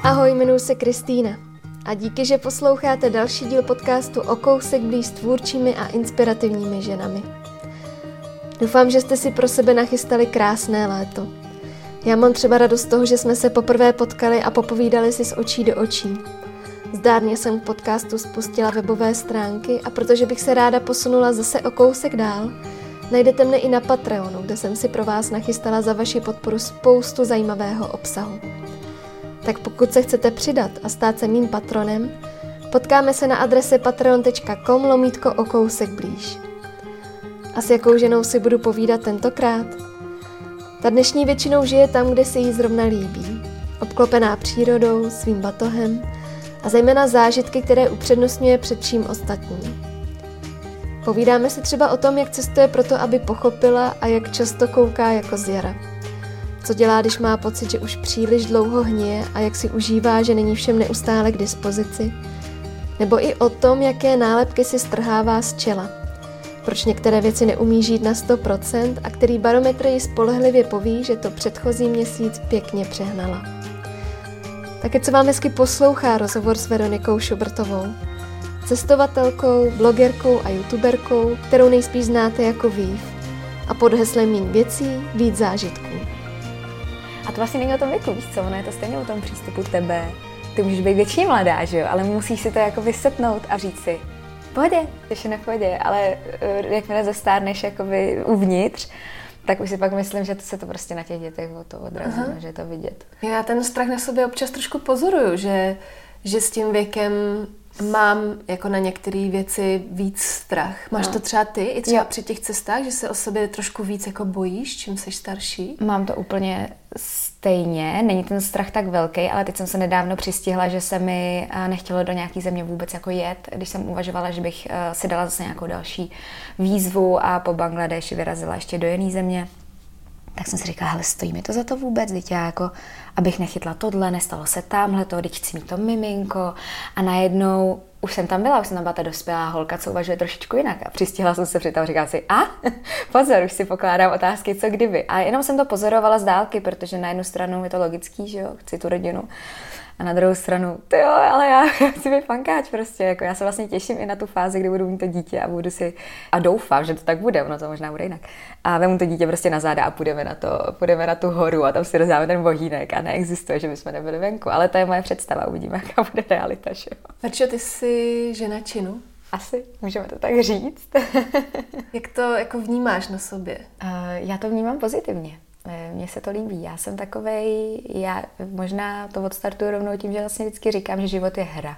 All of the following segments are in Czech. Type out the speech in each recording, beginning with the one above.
Ahoj, jmenuji se Kristýna a díky, že posloucháte další díl podcastu O kousek blíž s tvůrčími a inspirativními ženami. Doufám, že jste si pro sebe nachystali krásné léto. Já mám třeba radost z toho, že jsme se poprvé potkali a popovídali si z očí do očí. Zdárně jsem k podcastu spustila webové stránky a protože bych se ráda posunula zase o kousek dál, najdete mne i na Patreonu, kde jsem si pro vás nachystala za vaši podporu spoustu zajímavého obsahu. Tak pokud se chcete přidat a stát se mým patronem, potkáme se na adrese patreon.com/o kousek blíž. A s jakou ženou si budu povídat tentokrát? Ta dnešní většinou žije tam, kde se jí zrovna líbí. Obklopená přírodou, svým batohem a zejména zážitky, které upřednostňuje před čím ostatním. Povídáme si třeba o tom, jak cestuje proto, aby pochopila a jak často kouká jako z jara. Co dělá, když má pocit, že už příliš dlouho hníje a jak si užívá, že není všem neustále k dispozici. Nebo i o tom, jaké nálepky si strhává z čela. Proč některé věci neumí žít na 100% a který barometr ji spolehlivě poví, že to předchozí měsíc pěkně přehnala. Také co vám hezky poslouchá rozhovor s Veronikou Šubrtovou, cestovatelkou, blogerkou a youtuberkou, kterou nejspíš znáte jako Vív a pod heslem míň věcí, víc zážitků. A to vlastně není o tom věku, víš co, ono je to stejně o tom přístupu tebe. Ty můžeš být většině mladá, že jo, ale musíš si to jako vysetnout a říct si, v pohodě, ještě ne v pohodě, ale jakmile zestárneš jakoby uvnitř, tak už si pak myslím, že to se to prostě na těch dětech o to odrazí, že je to vidět. Já ten strach na sobě občas trošku pozoruju, že s tím věkem mám jako na některé věci víc strach. Máš to třeba ty, i třeba při těch cestách, že se o sobě trošku víc jako bojíš, čím jsi starší? Mám to úplně stejně, není ten strach tak velký, ale teď jsem se nedávno přistihla, že se mi nechtělo do nějaký země vůbec jako jet, když jsem uvažovala, že bych si dala zase nějakou další výzvu a po Bangladeši vyrazila ještě do jiné země. Tak jsem si říkala, hele, stojí mi to za to vůbec, teď já jako, abych nechytla tohle, nestalo se tamhleto, teď chci mít to miminko a najednou už jsem tam byla ta dospělá holka, co uvažuje trošičku jinak a přistihla jsem se při tom, říkala si, pozor, už si pokládám otázky, co kdyby. A jenom jsem to pozorovala z dálky, protože na jednu stranu je to logický, že jo, chci tu rodinu. A na druhou stranu, ale já chci být fankáč prostě, jako já se vlastně těším i na tu fázi, kdy budu mít to dítě a budu si, a doufám, že to tak bude, ono to možná bude jinak. A vemu to dítě prostě na záda a půjdeme na tu horu a tam si rozdáme ten vohýnek a neexistuje, že bychom nebyli venku, ale to je moje představa, uvidíme, jaká bude realita, že jo. Verčo, ty jsi žena činu? Asi, můžeme to tak říct. Jak to jako vnímáš na sobě? Já to vnímám pozitivně. Mně se to líbí. Já jsem takovej, já možná to odstartuju rovnou tím, že vlastně vždycky říkám, že život je hra.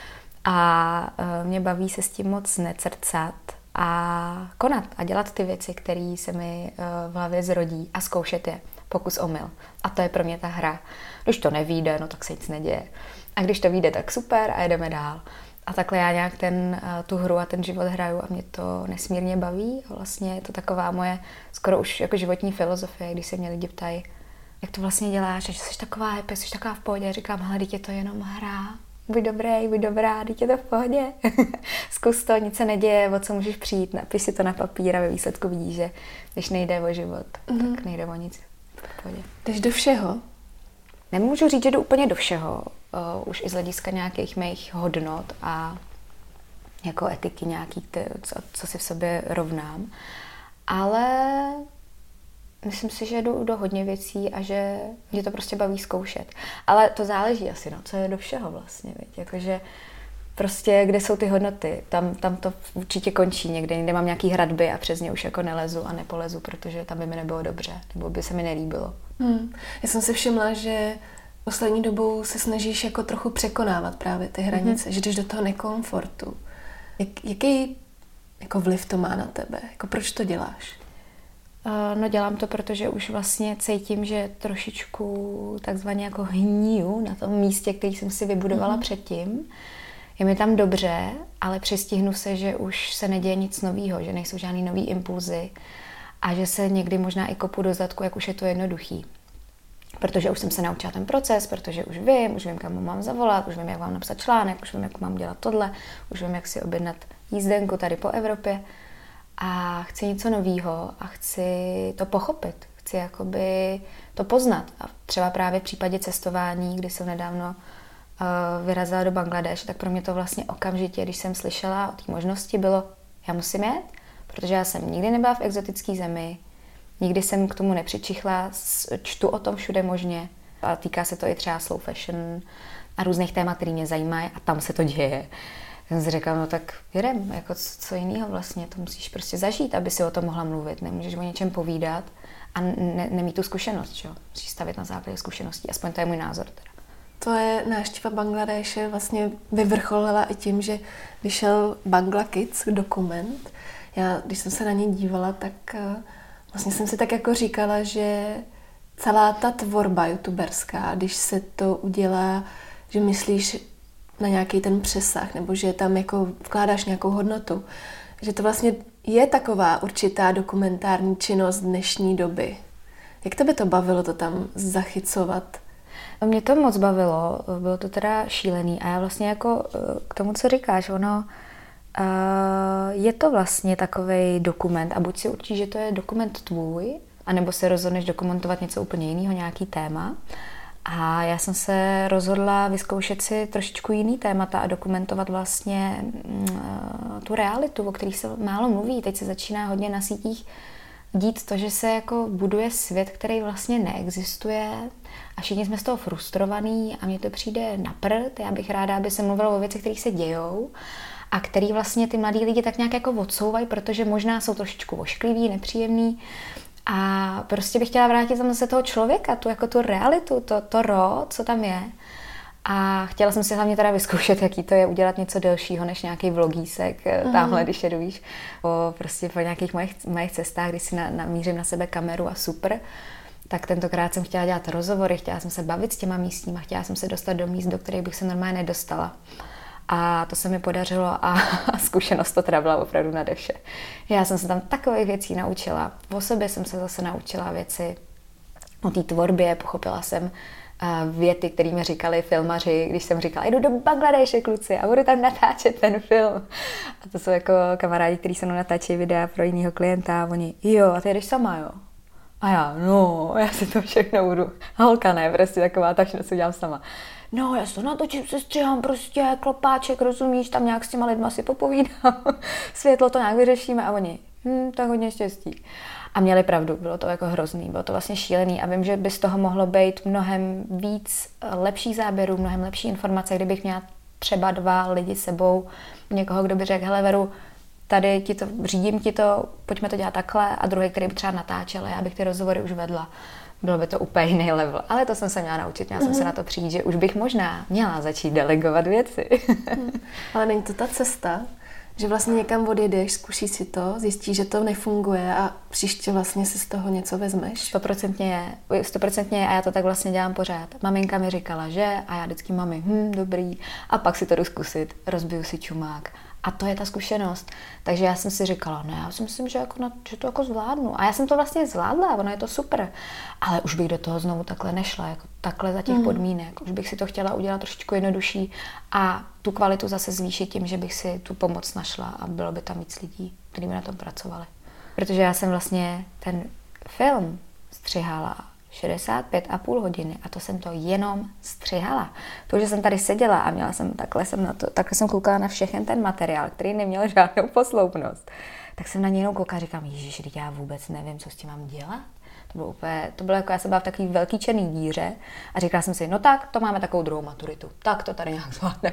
A mě baví se s tím moc necrcat a konat a dělat ty věci, které se mi v hlavě zrodí a zkoušet je. Pokus omyl. A to je pro mě ta hra. Když to nevyjde, no tak se nic neděje. A když to vyjde, tak super a jedeme dál. A takhle já nějak tu hru a ten život hraju a mě to nesmírně baví. A vlastně je to taková moje skoro už jako životní filozofie, když se mě lidi ptají, jak to vlastně děláš, že jsi taková happy, jsi taková v pohodě. Říkám, hele, dítě to je jenom hra. Buď dobrý, buď dobrá, dítě to v pohodě. Zkus to, nic se neděje, o co můžeš přijít, napiš si to na papír a ve výsledku vidíš, že když nejde o život, tak nejde o nic. V pohodě. Jdeš do všeho? Nemůžu říct, že jdu úplně do všeho. Už i z hlediska nějakých mých hodnot a jako etiky nějaký, co si v sobě rovnám. Ale myslím si, že jdu do hodně věcí a že mě to prostě baví zkoušet. Ale to záleží asi, co je do všeho vlastně. Jakože prostě, kde jsou ty hodnoty, tam to určitě končí někde. Někde mám nějaký hradby a přes ně už jako nelezu a nepolezu, protože tam by mi nebylo dobře, nebo by se mi nelíbilo. Já jsem si všimla, že poslední dobou se snažíš jako trochu překonávat právě ty hranice, že jdeš do toho nekomfortu. Jaký jako vliv to má na tebe? Jako proč to děláš? No dělám to, protože už vlastně cítím, že trošičku takzvaně jako hniju na tom místě, který jsem si vybudovala předtím. Je mi tam dobře, ale přistihnu se, že už se neděje nic novýho, že nejsou žádný nový impulzy a že se někdy možná i kopu do zadku, jak už je to jednoduchý. Protože už jsem se naučila ten proces, protože už vím, kam mám zavolat, už vím, jak mám napsat článek, už vím, jak mám dělat tohle, už vím, jak si objednat jízdenku tady po Evropě a chci něco novýho a chci to pochopit. chci jakoby to poznat. A třeba právě v případě cestování, kdy jsem nedávno vyrazila do Bangladéše, tak pro mě to vlastně okamžitě, když jsem slyšela o té možnosti, bylo, já musím jet, protože já jsem nikdy nebyla v exotické zemi, nikdy jsem k tomu nepřičichla, čtu o tom všude možně, a týká se to i třeba slow fashion a různých témat, které mě zajímají a tam se to děje. Jsem si řekla, no tak jedem, jako co jiného vlastně, to musíš prostě zažít, aby si o tom mohla mluvit, nemůžeš o něčem povídat a nemít tu zkušenost, čo? Musíš stavět na základě zkušeností, aspoň to je můj názor teda. To je návštěva Bangladéše vlastně vyvrcholila i tím, že vyšel Bangla Kids dokument. Já, když jsem se na něj dívala, tak vlastně jsem si tak jako říkala, že celá ta tvorba youtuberská, když se to udělá, že myslíš na nějaký ten přesah, nebo že tam jako vkládáš nějakou hodnotu, že to vlastně je taková určitá dokumentární činnost dnešní doby. Jak tebe to bavilo to tam zachycovat? Mě to moc bavilo, bylo to teda šílený a já vlastně jako k tomu, co říkáš, ono je to vlastně takovej dokument a buď si určíš, že to je dokument tvůj, anebo se rozhodneš dokumentovat něco úplně jiného, nějaký téma. A já jsem se rozhodla vyzkoušet si trošičku jiný témata a dokumentovat vlastně tu realitu, o kterých se málo mluví. Teď se začíná hodně na sítích dít to, že se jako buduje svět, který vlastně neexistuje a všichni jsme z toho frustrovaní a mně to přijde na prd. Já bych ráda, aby se mluvilo o věcech, které se dějou a který vlastně ty mladí lidi tak nějak jako odsouvají, protože možná jsou trošičku ošklivý, nepříjemný. A prostě bych chtěla vrátit tam zase toho člověka, tu realitu, to co tam je. A chtěla jsem si hlavně teda vyzkoušet, jaký to je udělat něco delšího než nějaký vlogísek tamhle, když jedu, víš, prostě po nějakých mojich cestách, když si namířím na sebe kameru a super. Tak tentokrát jsem chtěla dělat rozhovory, chtěla jsem se bavit s těma místníma, chtěla jsem se dostat do míst, do kterých bych se normálně nedostala. A to se mi podařilo a zkušenost to teda byla opravdu nade vše. Já jsem se tam takových věcí naučila. O sobě jsem se zase naučila věci o té tvorbě. Pochopila jsem věty, které mi říkali filmaři, když jsem říkala, jdu do Bangladéše, kluci, a budu tam natáčet ten film. A to jsou jako kamarádi, kteří se mnou natáčí videa pro jinýho klienta a oni, jo, a ty jdeš sama, jo? A já si to všechno budu. Holka ne, prostě taková, tak všechno si udělám sama. No, já to natočím, se střihám, prostě klopáček, rozumíš, tam nějak s těma lidma si popovídám, světlo to nějak vyřešíme a oni, tak hodně štěstí. A měli pravdu, bylo to jako hrozný, bylo to vlastně šílený a vím, že by z toho mohlo být mnohem víc lepších záběrů, mnohem lepší informace, kdybych měla třeba 2 lidi sebou, někoho, kdo by řekl, hele Veru, tady řídím ti to, pojďme to dělat takhle a druhý, který by třeba natáčel, já bych ty rozhovory už vedla. Bylo by to úplně jiný level. Ale to jsem se měla naučit, měla jsem se na to přijít, že už bych možná měla začít delegovat věci. Ale není to ta cesta, že vlastně někam odjedeš, zkusíš si to, zjistíš, že to nefunguje a příště vlastně si z toho něco vezmeš? 100% je a já to tak vlastně dělám pořád. Maminka mi říkala, že a já vždycky mami, dobrý, a pak si to jdu zkusit, rozbiju si čumák. A to je ta zkušenost. Takže já jsem si říkala, no já si myslím, že to jako zvládnu. A já jsem to vlastně zvládla, ono je to super. Ale už bych do toho znovu takhle nešla, jako takhle za těch podmínek. Už bych si to chtěla udělat trošičku jednodušší a tu kvalitu zase zvýšit tím, že bych si tu pomoc našla a bylo by tam víc lidí, kteří by na tom pracovali. Protože já jsem vlastně ten film střihala 65,5 hodiny a to jsem to jenom střihala. To, že jsem tady seděla a takhle jsem koukala na všechen ten materiál, který neměl žádnou posloupnost, tak jsem na něj jenom koukala a říkám, ježiš, já vůbec nevím, co s tím mám dělat. To bylo jako, já jsem byla v takový velký černý díře a říkala jsem si, no tak, to máme takovou druhou maturitu, tak to tady nějak zvládneme.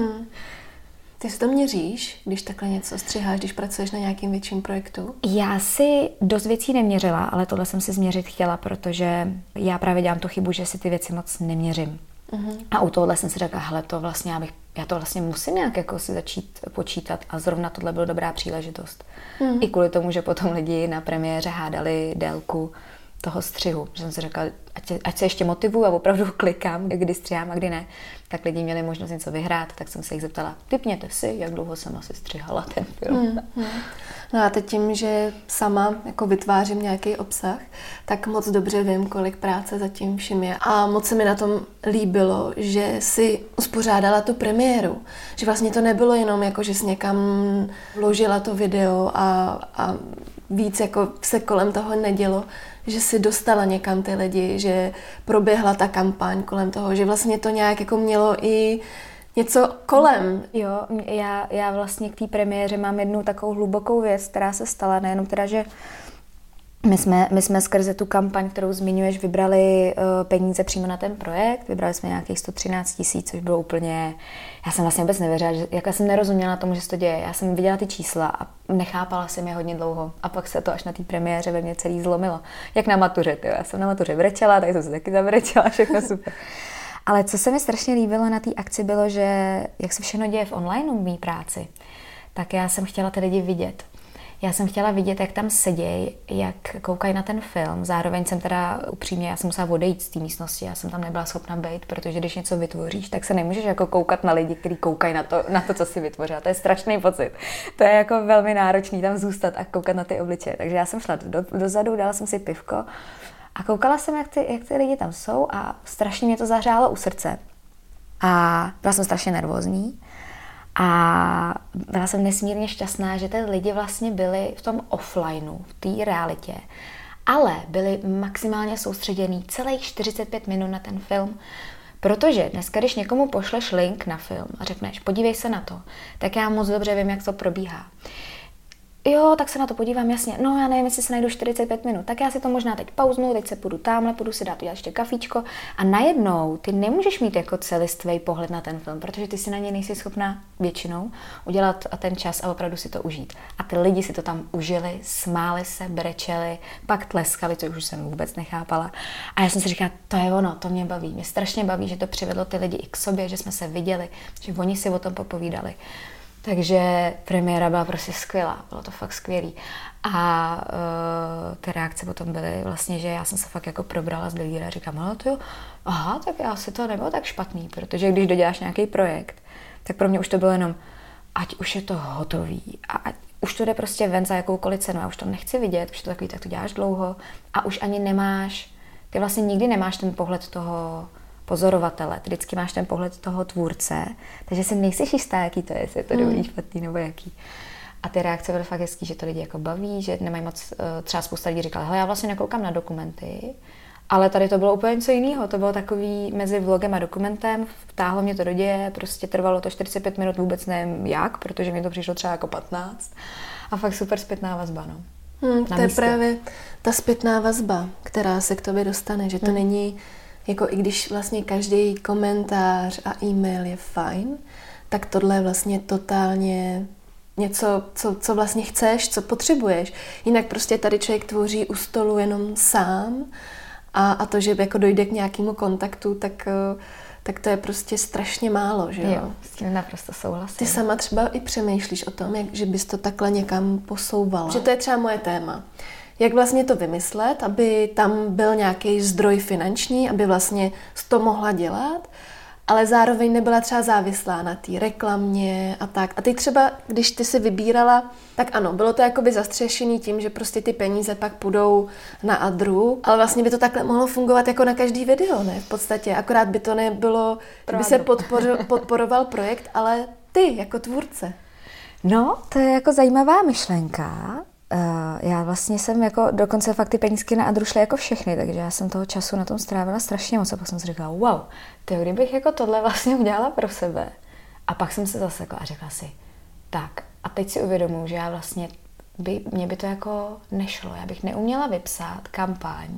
Ty si to měříš, když takhle něco střiháš, když pracuješ na nějakým větším projektu? Já si dost věcí neměřila, ale tohle jsem si změřit chtěla, protože já právě dělám tu chybu, že si ty věci moc neměřím. A u tohohle jsem si řekla, hele, já to vlastně musím nějak jako si začít počítat a zrovna tohle byla dobrá příležitost. I kvůli tomu, že potom lidi na premiéře hádali délku toho střihu. Že jsem si řekla, ať se ještě motivuju a opravdu klikám, kdy střihám a kdy ne, tak lidi měli možnost něco vyhrát, tak jsem se jich zeptala, tipněte si, jak dlouho jsem asi střihala ten film. No a teď tím, že sama jako vytvářím nějaký obsah, tak moc dobře vím, kolik práce zatím všim je. A moc se mi na tom líbilo, že si uspořádala tu premiéru. Že vlastně to nebylo jenom jako, že jsi někam vložila to video a víc jako se kolem toho nedělo, že si dostala někam ty lidi, že proběhla ta kampaň kolem toho, že vlastně to nějak jako mělo i něco kolem. Jo, já vlastně k té premiéře mám jednu takovou hlubokou věc, která se stala, nejenom teda, že my jsme skrze tu kampaň, kterou zmiňuješ, vybrali peníze přímo na ten projekt. Vybrali jsme nějakých 113 000, což bylo úplně... Já jsem vlastně vůbec nevěřila, já jsem nerozuměla tomu, že se to děje. Já jsem viděla ty čísla a nechápala jsem je hodně dlouho. A pak se to až na té premiéře ve mně celý zlomilo. Jak na matuře, tyjo. Já jsem na matuře brečela, tak jsem se taky zabrečela, všechno super. Ale co se mi strašně líbilo na té akci bylo, že jak se všechno děje v online v mý práci, tak já jsem chtěla ty lidi vidět. Já jsem chtěla vidět, jak tam sedějí, jak koukají na ten film. Zároveň jsem teda upřímně, já jsem musela odejít z té místnosti, já jsem tam nebyla schopna být, protože když něco vytvoříš, tak se nemůžeš jako koukat na lidi, kteří koukají na to, co jsi vytvořila. To je strašný pocit. To je jako velmi náročný tam zůstat a koukat na ty obličeje. Takže já jsem šla dozadu, dala jsem si pivko a koukala jsem, jak ty lidi tam jsou a strašně mě to zahřálo u srdce. A byla jsem strašně nervózní. A byla jsem nesmírně šťastná, že ty lidi vlastně byli v tom offlineu, v té realitě, ale byli maximálně soustředění celých 45 minut na ten film, protože dneska, když někomu pošleš link na film a řekneš, podívej se na to, tak já moc dobře vím, jak to probíhá. Jo, tak se na to podívám, jasně. No, já nevím, jestli se najdu 45 minut. Tak já si to možná teď pauznu, teď se půjdu tamhle, půjdu si dát ještě kafíčko a najednou ty nemůžeš mít jako celistvý pohled na ten film, protože ty si na něj nejsi schopná většinou udělat ten čas a opravdu si to užít. A ty lidi si to tam užili, smáli se, brečeli, pak tleskali, což už jsem vůbec nechápala. A já jsem si říkala, to je ono, to mě baví. Mě strašně baví, že to přivedlo ty lidi i k sobě, že jsme se viděli, že oni si o tom popovídali. Takže premiéra byla prostě skvělá, bylo to fakt skvělý. A ty reakce potom byly vlastně, že já jsem se fakt jako probrala z delíra a říkám, ale to jo, aha, tak asi to nebylo tak špatný, protože když doděláš nějaký projekt, tak pro mě už to bylo jenom, ať už je to hotový a ať už to jde prostě ven za jakoukoliv cenu, já už to nechci vidět, už to takový, tak to děláš dlouho a už ani nemáš, ty vlastně nikdy nemáš ten pohled toho pozorovatele, ty vždycky máš ten pohled toho tvůrce, takže si nejsi jistá, jaký to je, jestli je to dobrý, špatný nebo jaký. A ty reakce byly fakt hezký, že to lidi jako baví, že nemají moc, třeba spousta lidí říkala, hele, já vlastně nekoukám na dokumenty, ale tady to bylo úplně něco jiného, to bylo takový mezi vlogem a dokumentem, vtáhlo mě to do děje, prostě trvalo to 45 minut, vůbec nevím jak, protože mi to přišlo třeba jako 15 a fakt super zpětná vazba, no. To je právě ta zpětná vazba, která se k tobě dostane, že to není jako i když vlastně každý komentář a e-mail je fajn, tak tohle je vlastně totálně něco, co vlastně chceš, co potřebuješ. Jinak prostě tady člověk tvoří u stolu jenom sám a to, že jako dojde k nějakému kontaktu, tak to je prostě strašně málo, že jo? Jo, s tím naprosto souhlasím. Ty sama třeba i přemýšlíš o tom, že bys to takhle někam posouvala. Že to je třeba moje téma. Jak vlastně to vymyslet, aby tam byl nějaký zdroj finanční, aby vlastně to mohla dělat, ale zároveň nebyla třeba závislá na té reklamě a tak. A ty třeba, když ty si vybírala, tak ano, bylo to jakoby zastřešený tím, že prostě ty peníze pak půjdou na adru, ale vlastně by to takhle mohlo fungovat jako na každý video, ne? V podstatě, akorát by to nebylo, že by se podporoval projekt, ale ty jako tvůrce. No, to je jako zajímavá myšlenka. Já vlastně jsem jako dokonce fakt ty penízky na adru šly jako všechny, takže já jsem toho času na tom strávila strašně moc a pak jsem si říkala, wow, tyjo, kdybych jako tohle vlastně udělala pro sebe. A pak jsem se zasekla a řekla si, tak a teď si uvědomuji, že já vlastně, mě by to jako nešlo, já bych neuměla vypsat kampaň.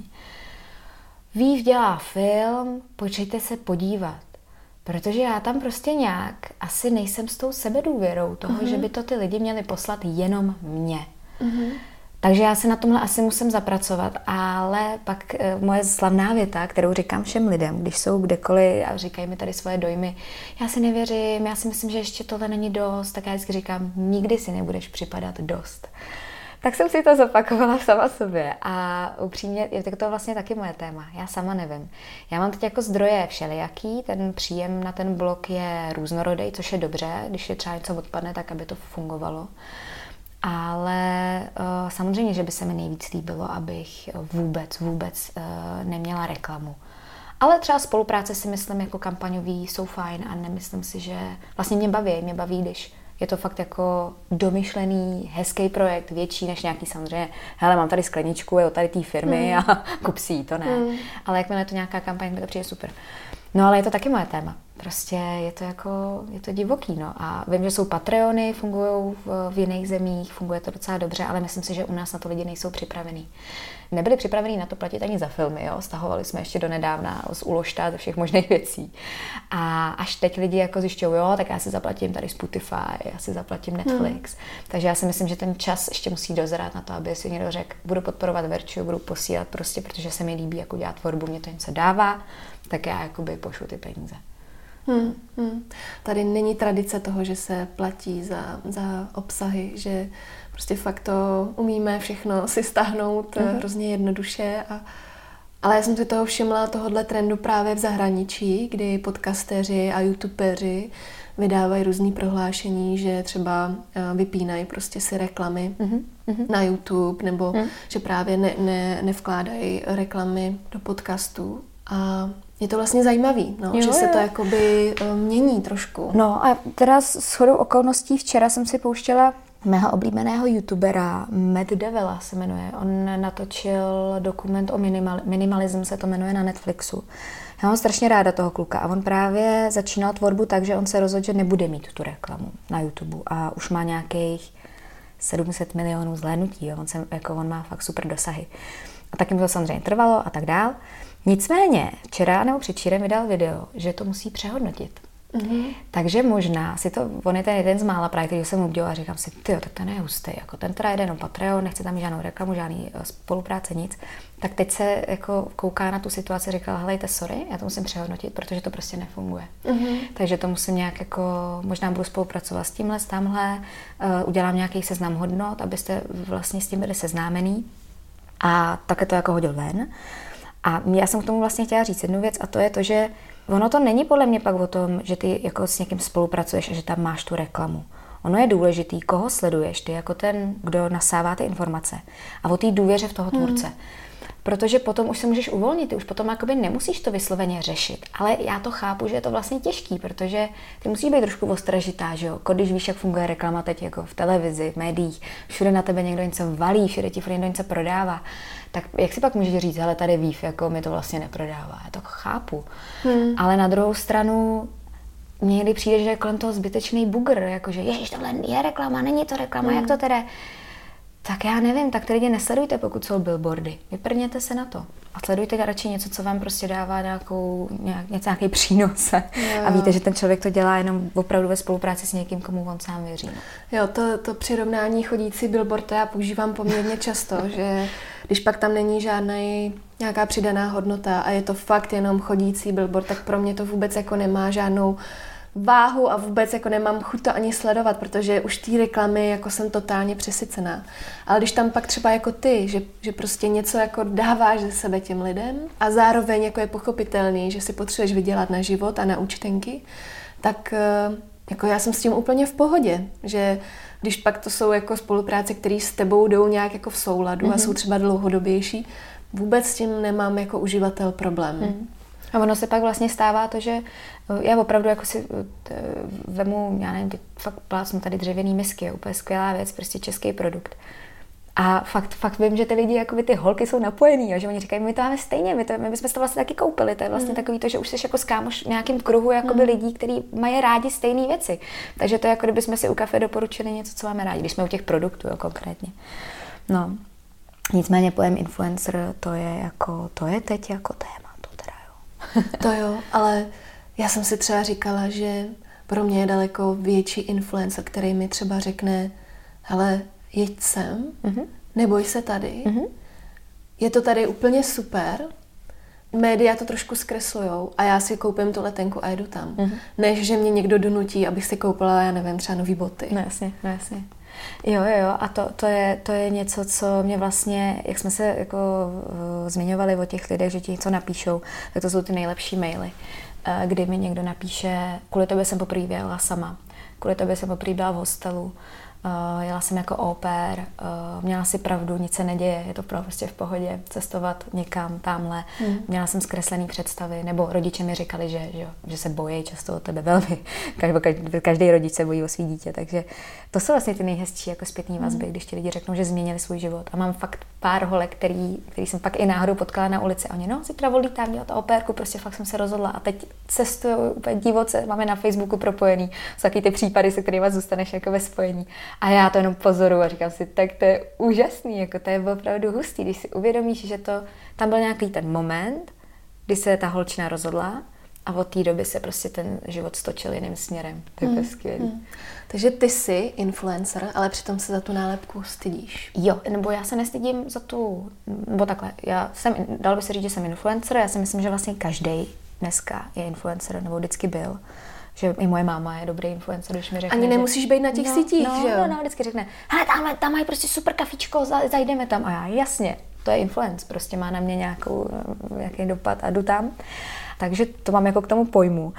Vív dělá film, pojďte se podívat. Protože já tam prostě nějak asi nejsem s tou sebedůvěrou toho, že by to ty lidi měli poslat jenom mě. Takže já se na tomhle asi musím zapracovat, ale pak moje slavná věta, kterou říkám všem lidem, když jsou kdekoliv a říkají mi tady svoje dojmy, já si nevěřím, já si myslím, že ještě tohle není dost, tak já vždycky říkám, nikdy si nebudeš připadat dost. Tak jsem si to zopakovala sama sobě a upřímně, je to vlastně taky moje téma, já sama nevím. Já mám teď jako zdroje všelijaký, ten příjem na ten blog je různorodý, což je dobře, když je třeba něco odpadne, tak aby to fungovalo. Ale samozřejmě, že by se mi nejvíc líbilo, abych vůbec neměla reklamu. Ale třeba spolupráce si myslím jako kampaňový jsou fajn a nemyslím si, že vlastně mě baví, když Je to fakt jako domyšlený, hezký projekt, větší než nějaký samozřejmě, hele, mám tady skleničku, je od tady té firmy a kup si jí, to ne. Ale jakmile je to nějaká kampaň, mi to přijde super. No ale je to taky moje téma. Prostě je to divoký, no. A vím, že jsou Patreony, fungují v jiných zemích, funguje to docela dobře, ale myslím si, že u nás na to lidi nejsou připravení. Nebyli připravení na to platit ani za filmy, jo. Stahovali jsme ještě donedávna z Uložta, ze všech možných věcí. A až teď lidi jako zjišťují, jo, tak já si zaplatím tady Spotify, já si zaplatím Netflix. Takže já si myslím, že ten čas ještě musí dozrát na to, aby si někdo řekl, budu podporovat Verču, budu posílat prostě, protože se mi líbí jako dělat tvorbu, mě to něco dává, tak já jakoby pošlu ty peníze. Tady není tradice toho, že se platí za obsahy, že prostě fakt to umíme všechno si stáhnout hrozně jednoduše. Ale já jsem si toho všimla, tohohle trendu právě v zahraničí, kdy podcasteři a youtubeři vydávají různý prohlášení, že třeba vypínají prostě si reklamy na YouTube, nebo že právě nevkládají reklamy do podcastů. A je to vlastně zajímavý, no, že se to jakoby mění trošku. No a teda shodou okolností včera jsem si pouštěla mého oblíbeného youtubera, Matt Devila se jmenuje. On natočil dokument o minimalism, se to jmenuje na Netflixu. Já mám strašně ráda toho kluka a on právě začínal tvorbu tak, že on se rozhodl, že nebude mít tu reklamu na YouTube a už má nějakých 700 milionů zhlédnutí. On má fakt super dosahy. A tak jim to samozřejmě trvalo a tak dál. Nicméně včera nebo předčírem vydal video, že to musí přehodnotit. Takže možná si to, on je ten jeden z mála právě, který jsem obdělala a říkám si, tyjo, tak ten je hustý, jako ten teda jede jenom Patreon, nechce tam žádnou reklamu, žádný spolupráce, nic. Tak teď se jako kouká na tu situaci a říkala, helejte, sorry, já to musím přehodnotit, protože to prostě nefunguje. Takže to musím nějak jako, možná budu spolupracovat s tímhle, s tamhle, udělám nějaký seznam hodnot, abyste vlastně s tím byli seznámený. A také to jako hodil ven. A já jsem k tomu vlastně chtěla říct jednu věc a to je to, že ono to není podle mě pak o tom, že ty jako s někým spolupracuješ a že tam máš tu reklamu. Ono je důležitý, koho sleduješ, ty jako ten, kdo nasává ty informace a o té důvěře v toho tvůrce. Protože potom už se můžeš uvolnit, ty už potom jakoby nemusíš to vysloveně řešit. Ale já to chápu, že je to vlastně těžký, protože ty musíš být trošku ostražitá, že jo? Když víš, jak funguje reklama teď jako v televizi, v médiích, všude na tebe někdo něco valí, všude ti někdo něco prodává. Tak jak si pak můžeš říct, hele, tady vív, jako mi to vlastně neprodává. Já to chápu. Ale na druhou stranu někdy přijde, že je kolem toho zbytečný bugr, jakože ježiš, tohle je reklama, není to reklama, jak to teda? Tak já nevím, tak ty lidi nesledujte, pokud jsou billboardy. Vyprněte se na to. A sledujte radši něco, co vám prostě dává nějaký přínos. A víte, že ten člověk to dělá jenom opravdu ve spolupráci s někým, komu on sám věří. Jo, to přirovnání chodící billboard, to já používám poměrně často, že když pak tam není nějaká přidaná hodnota a je to fakt jenom chodící billboard, tak pro mě to vůbec jako nemá žádnou váhu a vůbec jako nemám chuť to ani sledovat, protože už ty reklamy jako jsem totálně přesycená. Ale když tam pak třeba jako ty, že prostě něco jako dáváš ze sebe těm lidem a zároveň jako je pochopitelný, že si potřebuješ vydělat na život a na účtenky, tak jako já jsem s tím úplně v pohodě, že když pak to jsou jako spolupráce, které s tebou jdou nějak jako v souladu a jsou třeba dlouhodobější, vůbec s tím nemám jako uživatel problém. A ono se pak vlastně stává to, že já opravdu jako si vemu, já nevím, fakt plácnu tady dřevěný misky, je úplně skvělá věc, prostě český produkt. A fakt vím, že ty lidi, jakoby ty holky jsou napojený, a že oni říkají, my to máme stejně, my bychom to vlastně taky koupili, to je vlastně takový to, že už jsi jako s kámoš v nějakým kruhu jakoby lidí, kteří mají rádi stejné věci. Takže to je jako kdybychom si u kafe doporučili něco, co máme rádi, když jsme u těch produktů, jo, konkrétně. No, nicméně pojem influencer, to je teď jako téma. To jo, ale já jsem si třeba říkala, že pro mě je daleko větší influencer, který mi třeba řekne, hele, jeď sem, neboj se tady, je to tady úplně super, média to trošku zkreslujou a já si koupím tu letenku a jedu tam. Než že mě někdo donutí, abych si koupila, já nevím, třeba nový boty. No jasně. Jo, a to je něco, co mě vlastně, jak jsme se jako zmiňovali o těch lidech, že ti něco napíšou, tak to jsou ty nejlepší maily, kdy mi někdo napíše, kvůli tobě jsem poprvé jela sama, kvůli tobě jsem poprvé byla v hostelu, Jela jsem jako au pair, měla si pravdu, nic se neděje, je to prostě v pohodě, cestovat někam, tamhle. Měla jsem zkreslený představy, nebo rodiče mi říkali, že se bojí často o tebe velmi. Každý rodič se bojí o svý dítě, takže to jsou vlastně ty nejhezčí jako zpětný vazby, když ti lidi řeknou, že změnili svůj život. A mám fakt pár holek, který jsem pak i náhodou potkala na ulici a oni, zítra volítám dělat au pairku, prostě fakt jsem se rozhodla a teď cestuju úplně divoce, máme na Facebooku propojený, jsou taky ty případy, se kterými zůstaneš jako ve spojení. A já to jenom pozoruju a říkám si, tak to je úžasný, jako to je opravdu hustý, když si uvědomíš, že tam byl nějaký ten moment, kdy se ta holčina rozhodla a od té doby se prostě ten život stočil jiným směrem. To je skvělý. Takže ty jsi influencer, ale přitom se za tu nálepku stydíš. Jo, nebo já se nestydím za nebo takhle, dalo by se říct, že jsem influencer, já si myslím, že vlastně každý dneska je influencer, nebo vždycky byl. Že i moje máma je dobrý influencer, když mi řekne, ani nemusíš být na těch sítích, že jo? No, vždycky řekne, hele, tam mají prostě super kafičko, zajdeme tam. A já, jasně, to je influence, prostě má na mě nějaký dopad a jdu tam. Takže to mám jako k tomu pojmu.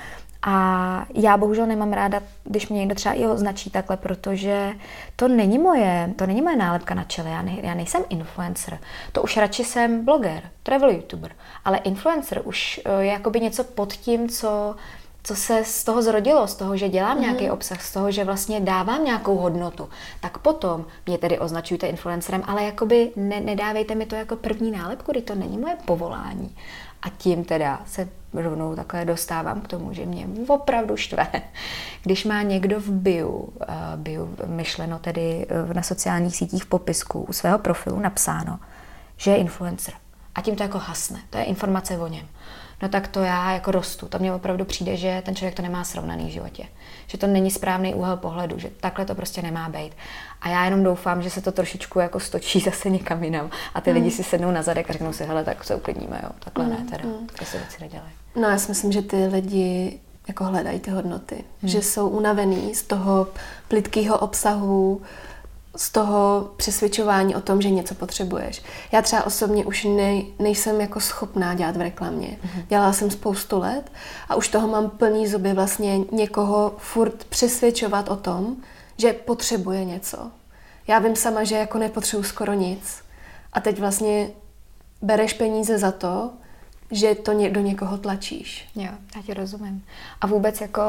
A já bohužel nemám ráda, když mě někdo třeba i označí takhle, protože to není moje nálepka na čele. Já nejsem influencer. To už radši jsem bloger, travel youtuber. Ale influencer už je jakoby něco pod tím, co se z toho zrodilo, z toho, že dělám nějaký obsah, z toho, že vlastně dávám nějakou hodnotu, tak potom mě tedy označujte influencerem, ale jakoby nedávejte mi to jako první nálepku, kdy to není moje povolání. A tím teda se rovnou takhle dostávám k tomu, že mě opravdu štve, když má někdo v bio myšleno tedy na sociálních sítích v popisku u svého profilu napsáno, že je influencer. A tím to jako hasne, to je informace o něm. No tak to já jako rostu. To mně opravdu přijde, že ten člověk to nemá srovnaný v životě. Že to není správný úhel pohledu, že takhle to prostě nemá být. A já jenom doufám, že se to trošičku jako stočí zase někam jinam a ty lidi si sednou na zadek a řeknou si, hele, tak se uklidníme, jo, takhle ne, teda, takhle se věci nedělají. No já si myslím, že ty lidi jako hledají ty hodnoty, že jsou unavený z toho plytkého obsahu, z toho přesvědčování o tom, že něco potřebuješ. Já třeba osobně už nejsem jako schopná dělat v reklamě. Dělala jsem spoustu let a už toho mám plný zuby vlastně někoho furt přesvědčovat o tom, že potřebuje něco. Já vím sama, že jako nepotřebuji skoro nic. A teď vlastně bereš peníze za to, že to do někoho tlačíš. Jo, já ti rozumím. A vůbec jako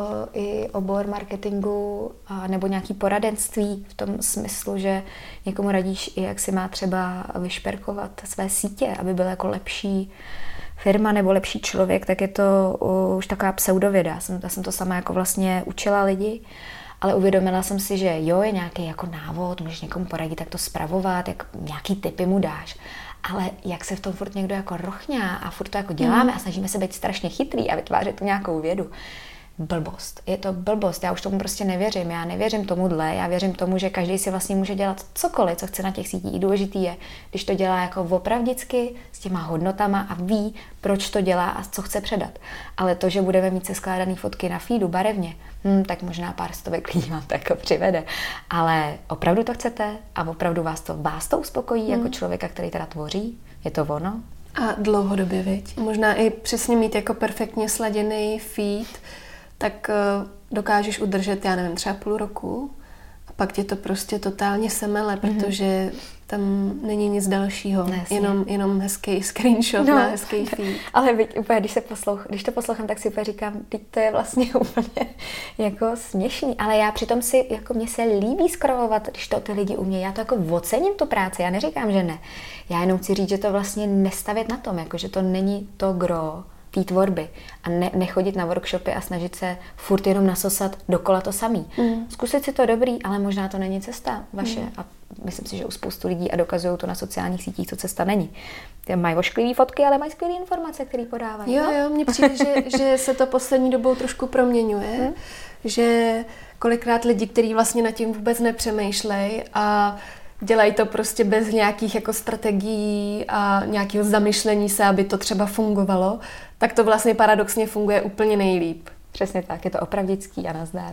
i obor marketingu nebo nějaký poradenství v tom smyslu, že někomu radíš i jak si má třeba vyšperkovat své sítě, aby byl jako lepší firma nebo lepší člověk, tak je to už taková pseudověda. Já jsem to sama jako vlastně učila lidi, ale uvědomila jsem si, že jo, je nějaký jako návod, můžeš někomu poradit, jak to spravovat, jak nějaký tipy mu dáš. Ale jak se v tom furt někdo jako rochňá a furt to jako děláme a snažíme se být strašně chytrý a vytvářet tu nějakou vědu. Blbost. Je to blbost. Já už tomu prostě nevěřím. Já nevěřím tomuhle. Já věřím tomu, že každý si vlastně může dělat cokoliv, co chce na těch sítích. Důležitý je, když to dělá jako opravdicky, s těma hodnotama a ví, proč to dělá a co chce předat. Ale to, že budeme mít seskládaný fotky na feedu barevně, tak možná pár stovek lidí vám to jako přivede. Ale opravdu to chcete a opravdu vás to uspokojí jako člověka, který teda tvoří? Je to ono? A dlouhodobě, viď? Možná i přesně mít jako perfektně sladěný feed, tak dokážeš udržet, já nevím, třeba půl roku a pak tě to prostě totálně semele, protože tam není nic dalšího, jenom hezký screenshot na hezký feed. Ale úplně, když to poslouchám, tak si úplně říkám, teď to je vlastně úplně jako směšný, ale já přitom si, jako mně se líbí scrollovat, když to ty lidi umějí, já to jako ocením tu práci, já neříkám, že ne. Já jenom chci říct, že to vlastně nestavět na tom, jako že to není to gro té tvorby a nechodit na workshopy a snažit se furt jenom nasosat dokola to samý. Zkusit si to dobrý, ale možná to není cesta vaše. A myslím si, že u spoustu lidí a dokazují to na sociálních sítích, co cesta není. Ty mají ošklivý fotky, ale mají skvělé informace, které podávají. Jo, mně přijde, že se to poslední dobou trošku proměňuje, že kolikrát lidi, kteří vlastně nad tím vůbec nepřemýšlejí a dělají to prostě bez nějakých jako strategií a nějakého zamyšlení se, aby to třeba fungovalo, tak to vlastně paradoxně funguje úplně nejlíp. Přesně tak, je to opravdický a nazdar.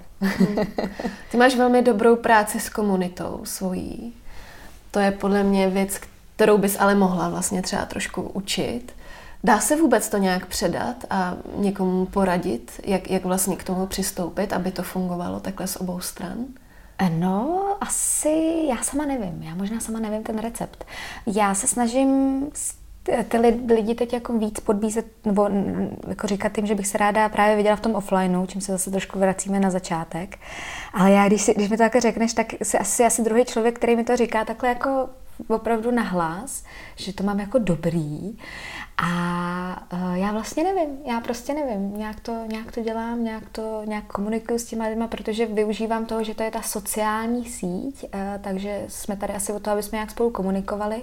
Ty máš velmi dobrou práci s komunitou svojí. To je podle mě věc, kterou bys ale mohla vlastně třeba trošku učit. Dá se vůbec to nějak předat a někomu poradit, jak vlastně k tomu přistoupit, aby to fungovalo takhle z obou stran? No, asi já sama nevím. Já možná sama nevím ten recept. Já se snažím ty lidi teď jako víc podbízet, nebo jako říkat jim, že bych se ráda právě viděla v tom offlineu, čím se zase trošku vracíme na začátek. Ale já, když mi to takhle řekneš, tak jsi asi druhý člověk, který mi to říká takhle jako opravdu nahlas, že to mám jako dobrý. A já vlastně nevím, já prostě nevím, nějak to dělám, nějak komunikuju s těma lidma, protože využívám toho, že to je ta sociální síť, takže jsme tady asi o to, aby jsme nějak spolu komunikovali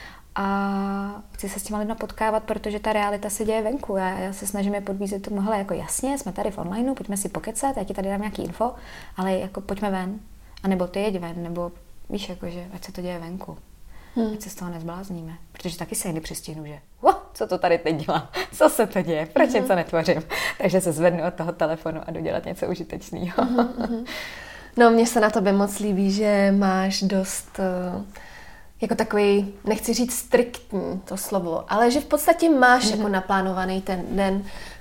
a chci se s těma lidma potkávat, protože ta realita se děje venku. Já se snažím je podbízet tomu, hele, jako jasně, jsme tady v onlineu, pojďme si pokecat, já ti tady dám nějaký info, ale jako pojďme ven, anebo ty jeď ven, nebo víš, jakože ať se to děje venku. Ať se z toho nezblázníme. Protože taky se někdy přistihnu, že co to tady teď dělám? Co se to děje? Proč něco netvořím? Takže se zvednu od toho telefonu a jdu dělat něco užitečného. No, mně se na tobě moc líbí, že máš dost jako takový, nechci říct striktní to slovo, ale že v podstatě máš jako naplánovaný ten den,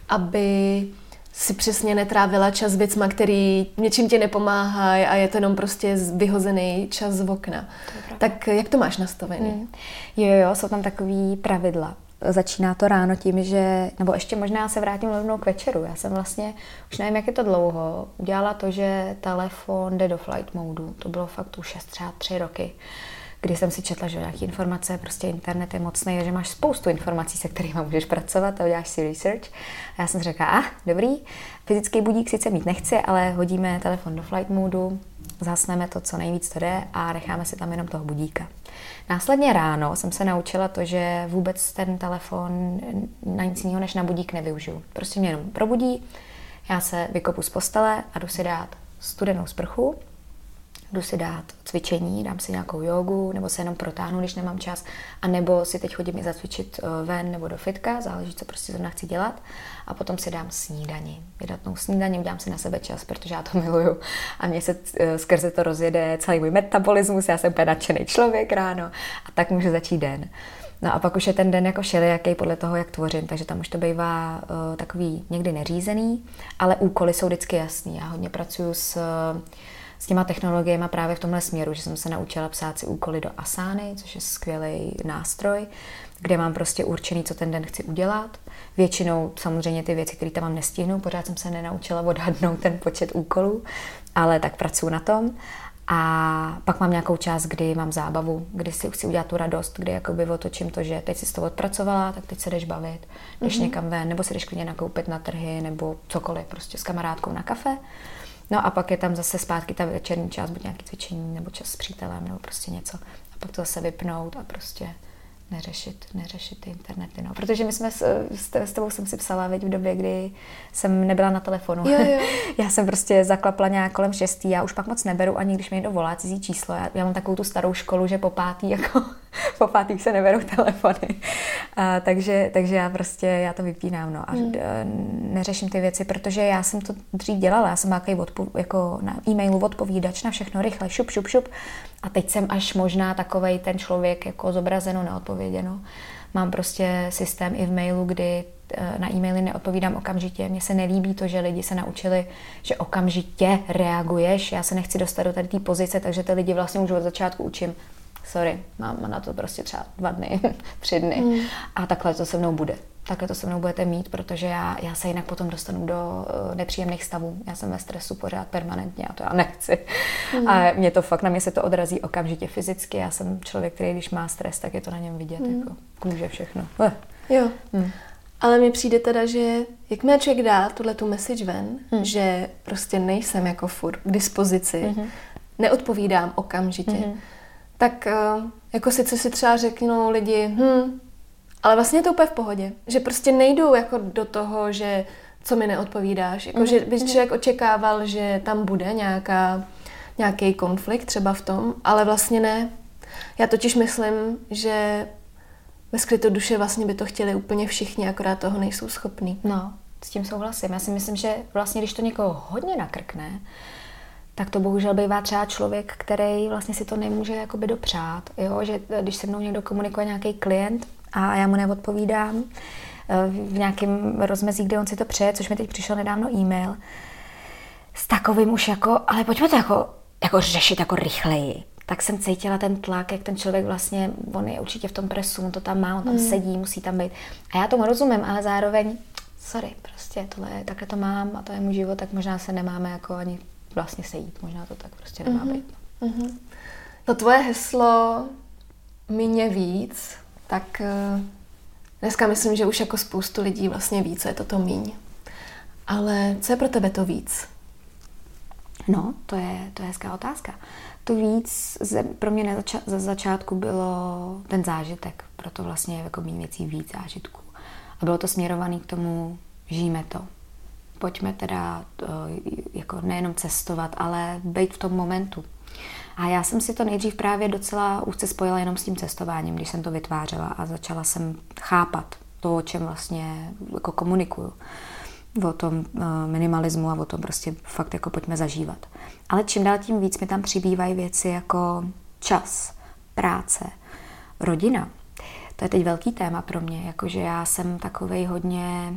aby si přesně netrávila čas s věcma, který něčím ti nepomáhají a je to jenom prostě vyhozený čas z okna. Tak jak to máš nastavený? Jo, jsou tam takový pravidla. Začíná to ráno tím, že, nebo ještě možná se vrátím rovnou k večeru. Já jsem vlastně, už nevím, jak je to dlouho, udělala to, že telefon jde do flight modu. To bylo fakt už třeba 3 roky, kdy jsem si četla, že nějaké informace, prostě internet je mocný, že máš spoustu informací, se kterými můžeš pracovat a uděláš si research. A já jsem si řekla, dobrý, fyzický budík sice mít nechci, ale hodíme telefon do flight modu, zhasneme to, co nejvíc to jde a necháme si tam jenom toho budíka. Následně ráno jsem se naučila to, že vůbec ten telefon na nic jiného než na budík nevyužiju. Prostě mě jenom probudí, já se vykopu z postele a jdu si dát studenou sprchu, jdu si dát cvičení, dám si nějakou jogu, nebo se jenom protáhnu, když nemám čas, a nebo si teď chodím i zacvičit ven nebo do fitka, záleží, co prostě zrovna chci dělat, a potom si dám snídani. Vydatnou snídani, udělám si na sebe čas, protože já to miluju a mně se skrze to rozjede celý můj metabolismus, já jsem úplně nadšený člověk ráno a tak můžu začít den. No a pak už je ten den jako všelijaký podle toho, jak tvořím, takže tam už to bývá takový někdy neřízený, ale úkoly jsou vždycky jasný. Já hodně pracuju s těma technologiemi právě v tomhle směru, že jsem se naučila psát si úkoly do Asány, což je skvělý nástroj, kde mám prostě určený, co ten den chci udělat. Většinou samozřejmě ty věci, které tam mám, nestihnu, pořád jsem se nenaučila odhadnout ten počet úkolů, ale tak pracuji na tom. A pak mám nějakou část, kdy mám zábavu, kdy si chci udělat tu radost, kdy jakoby otočím to, že teď jsi to odpracovala, tak teď se jdeš bavit, jdeš někam ven, nebo se jdeš klidně nakoupit na trhy, nebo cokoliv, prostě s kamarádkou na kafe. No a pak je tam zase zpátky ta večerní část, buď nějaké cvičení, nebo čas s přítelem, nebo prostě něco. A pak to zase vypnout a prostě neřešit ty internety. No. Protože my jsme s tebou jsem si psala, v době, kdy jsem nebyla na telefonu. Jo. Já jsem prostě zaklapla nějak kolem 6. Já už pak moc neberu, ani když mi někdo volá cizí číslo. Já mám takovou tu starou školu, že po pátý se neberou telefony. Takže já to vypínám. No. A neřeším ty věci, protože já jsem to dřív dělala. Já jsem jako na e-mailu odpovídač na všechno rychle, šup. A teď jsem až možná takovej ten člověk jako zobrazeno, neodpověděno. Mám prostě systém i v mailu, kdy na e-maily neodpovídám okamžitě. Mně se nelíbí to, že lidi se naučili, že okamžitě reaguješ. Já se nechci dostat do tady té pozice, takže ty lidi vlastně už od začátku učím. Sorry, mám na to prostě třeba 2 dny, 3 dny. A takhle to se mnou bude. Takhle to se mnou budete mít, protože já se jinak potom dostanu do nepříjemných stavů. Já jsem ve stresu pořád permanentně a to já nechci. A na mě se to odrazí okamžitě fyzicky. Já jsem člověk, který když má stres, tak je to na něm vidět, jako kůže všechno. Jo. Ale mně přijde teda, že jakmile člověk dá tuhletu message ven, že prostě nejsem jako furt k dispozici, neodpovídám okamžitě, tak jako sice si třeba řeknou lidi, ale vlastně je to úplně v pohodě, že prostě nejdou jako do toho, že co mi neodpovídáš, jako že by člověk očekával, že tam bude nějaký konflikt třeba v tom, ale vlastně ne. Já totiž myslím, že ve skrytu duše vlastně by to chtěli úplně všichni, akorát toho nejsou schopní. No, s tím souhlasím. Já si myslím, že vlastně, když to někoho hodně nakrkne, tak to bohužel bývá třeba člověk, který vlastně si to nemůže jakoby dopřát. Jo? Že když se mnou někdo komunikuje nějaký klient a já mu neodpovídám v nějakém rozmezí, kde on si to přeje, což mi teď přišel nedávno e-mail, s takovým už jako, ale pojďme to jako jako řešit jako rychleji, tak jsem cítila ten tlak, jak ten člověk vlastně, on je určitě v tom presu, on to tam má, on tam sedí, musí tam být. A já tomu rozumím, ale zároveň, sorry, prostě takhle to mám a to je můj život, tak možná se nemáme jako ani vlastně sejít, možná to tak prostě nemá být. To tvoje heslo míň je víc, tak dneska myslím, že už jako spoustu lidí vlastně ví, co je to míň. Ale co je pro tebe to víc? No, to je hezká otázka. To víc pro mě za začátku bylo ten zážitek, proto vlastně jako méně věcí víc zážitků. A bylo to směrované k tomu, žijeme to. Pojďme teda jako nejenom cestovat, ale být v tom momentu. A já jsem si to nejdřív právě docela úzce spojila jenom s tím cestováním, když jsem to vytvářela a začala jsem chápat to, o čem vlastně jako komunikuju. O tom minimalismu a o tom prostě fakt jako pojďme zažívat. Ale čím dál tím víc mi tam přibývají věci jako čas, práce, rodina. To je teď velký téma pro mě, jakože já jsem takovej hodně...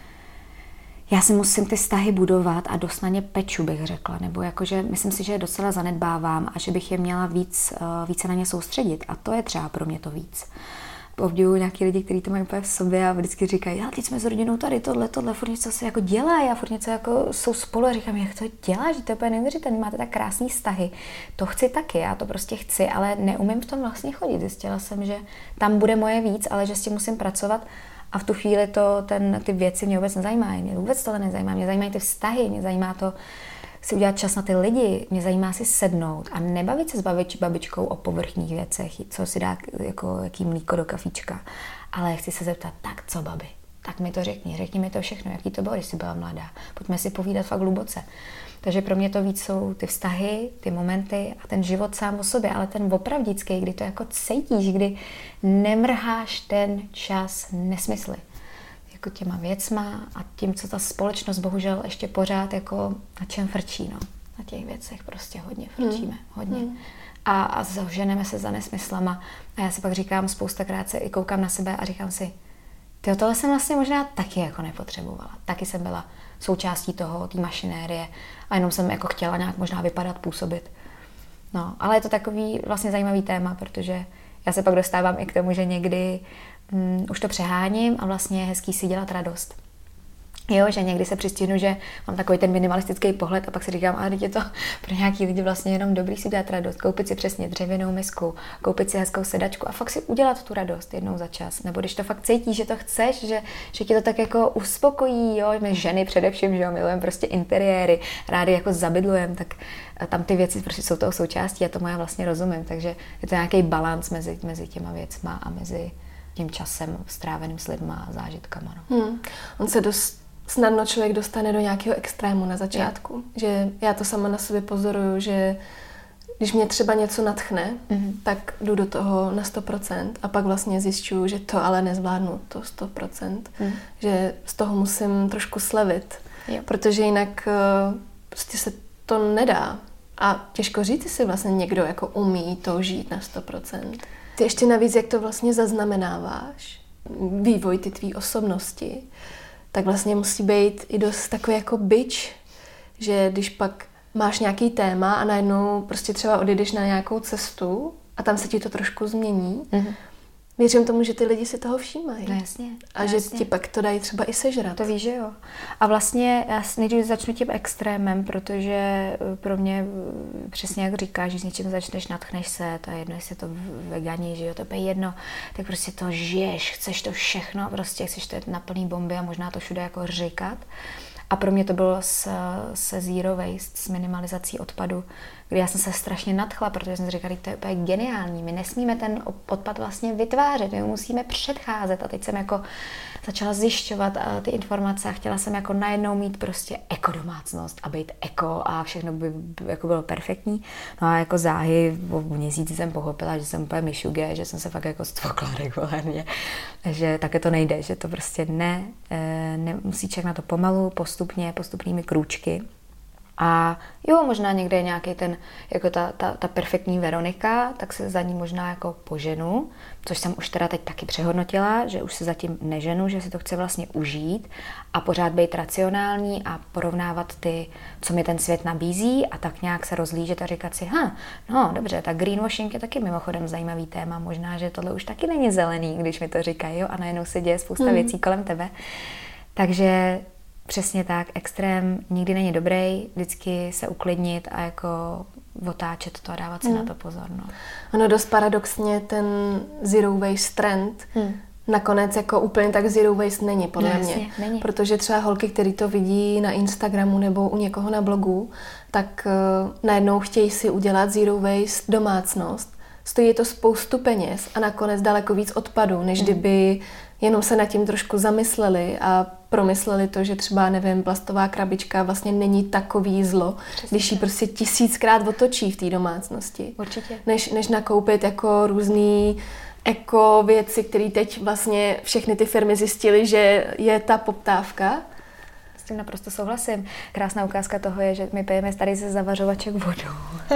Já si musím ty vztahy budovat a dost na ně peču, bych řekla. Nebo jakože myslím si, že je docela zanedbávám a že bych je měla více na ně soustředit. A to je třeba pro mě to víc. Obdivuju nějaký lidi, kteří to mají úplně v sobě a vždycky říkají, teď jsme s rodinou tady, tohle, furt něco se jako dělají a furt něco jako jsou spolu a říkám, jak to děláš, že to je úplně neuvěřitelné, máte tak krásný vztahy. To chci taky, já to prostě chci, ale neumím v tom vlastně chodit. Zjistila jsem, že tam bude moje víc, ale že s tím musím pracovat a v tu chvíli ty věci mě vůbec nezajímají. Mě vůbec tohle nezajímá, mě zajímají ty vztahy, mě zajímá to si udělat čas na ty lidi, mě zajímá si sednout a nebavit se s babičkou o povrchních věcech, co si dá jako jaký mlíko do kafíčka, ale chci se zeptat, tak co babi, tak mi to řekni mi to všechno, jaký to bylo, když jsi byla mladá, pojďme si povídat fakt hluboce. Takže pro mě to víc jsou ty vztahy, ty momenty a ten život sám o sobě, ale ten opravdický, kdy to jako cítíš, kdy nemrháš ten čas nesmysly. Jako těma věcma a tím, co ta společnost bohužel ještě pořád jako na čem frčí, no. Na těch věcech prostě hodně frčíme, hodně. A zaženeme se za nesmyslama. A já si pak říkám, spoustakrát se i koukám na sebe a říkám si, tohle jsem vlastně možná taky jako nepotřebovala. Taky jsem byla součástí té mašinérie a jenom jsem jako chtěla nějak možná vypadat, působit. No, ale je to takový vlastně zajímavý téma, protože já se pak dostávám i k tomu, že někdy už to přeháním a vlastně je hezký si dělat radost. Jo, že někdy se přistihnu, že mám takový ten minimalistický pohled a pak si říkám, a teď je to pro nějaký lidi vlastně jenom dobrý si udělat radost, koupit si přesně dřevěnou misku, koupit si hezkou sedačku a fakt si udělat tu radost jednou za čas. Nebo když to fakt cítíš, že to chceš, že tě to tak jako uspokojí, jo, my ženy především, že jo, milujeme prostě interiéry, rádi jako zabydlujeme, tak tam ty věci prostě jsou toho součástí a tomu já vlastně rozumím, takže je to nějaký balans mezi těma věcma a mezi tím časem stráveným s lidma a zážitkama. No. On se dost snadno člověk dostane do nějakého extrému na začátku. Že já to sama na sobě pozoruju, že když mě třeba něco nadchne, tak jdu do toho na 100% a pak vlastně zjišťuju, že to ale nezvládnu, to 100%. Že z toho musím trošku slevit, protože jinak prostě se to nedá. A těžko říct, si vlastně někdo jako umí to žít na 100%. Ty ještě navíc, jak to vlastně zaznamenáváš, vývoj ty tvý osobnosti, tak vlastně musí být i dost takový jako bič, že když pak máš nějaký téma a najednou prostě třeba odejdeš na nějakou cestu a tam se ti to trošku změní. Věřím tomu, že ty lidi si toho všímají. No jasně. A že ti pak to dají třeba i sežrat. To víš, že jo. A vlastně já nejdřív začnu tím extrémem, protože pro mě přesně jak říkáš, že s něčím začneš, nadchneš se, to je jedno, jestli je to vegani, že jo, to je jedno, tak prostě to žiješ, chceš to všechno, prostě chceš to jet na plný bomby a možná to všude jako říkat. A pro mě to bylo se zero waste, s minimalizací odpadu, kdy já jsem se strašně nadchla, protože jsem si říkala, to je úplně geniální, my nesmíme ten odpad vlastně vytvářet, my ho musíme předcházet a teď jsem jako začala zjišťovat ty informace a chtěla jsem jako najednou mít prostě ekodomácnost a být eko a všechno by jako bylo perfektní. No a jako záhy po měsíci jsem pochopila, že jsem úplně myšuge, že jsem se fakt jako stvokla regulárně, že také to nejde, že to prostě musí člověk na to pomalu, postupnými krůčky. A jo, možná někde je nějaký ten, jako ta perfektní Veronika, tak se za ní možná jako poženu, což jsem už teda teď taky přehodnotila, že už se zatím neženu, že si to chci vlastně užít a pořád být racionální a porovnávat ty, co mi ten svět nabízí a tak nějak se rozlížet a říkat si, no dobře, tak greenwashing je taky mimochodem zajímavý téma, možná, že tohle už taky není zelený, když mi to říkají, jo, a najednou se děje spousta věcí kolem tebe. Takže přesně tak, extrém nikdy není dobrý, vždycky se uklidnit a jako otáčet to a dávat si na to pozor. No. Ono dost paradoxně ten zero waste trend nakonec jako úplně tak zero waste není, podle mě. Není. Protože třeba holky, který to vidí na Instagramu nebo u někoho na blogu, tak najednou chtějí si udělat zero waste domácnost. Stojí to spoustu peněz a nakonec daleko víc odpadů, než kdyby jenom se nad tím trošku zamysleli a promysleli to, že třeba, nevím, plastová krabička vlastně není takový zlo, když ji prostě 1000krát otočí v té domácnosti. Určitě. Než nakoupit jako různý eko věci, které teď vlastně všechny ty firmy zjistily, že je ta poptávka. S tím naprosto souhlasím. Krásná ukázka toho je, že my pijeme tady ze zavařovaček vodu,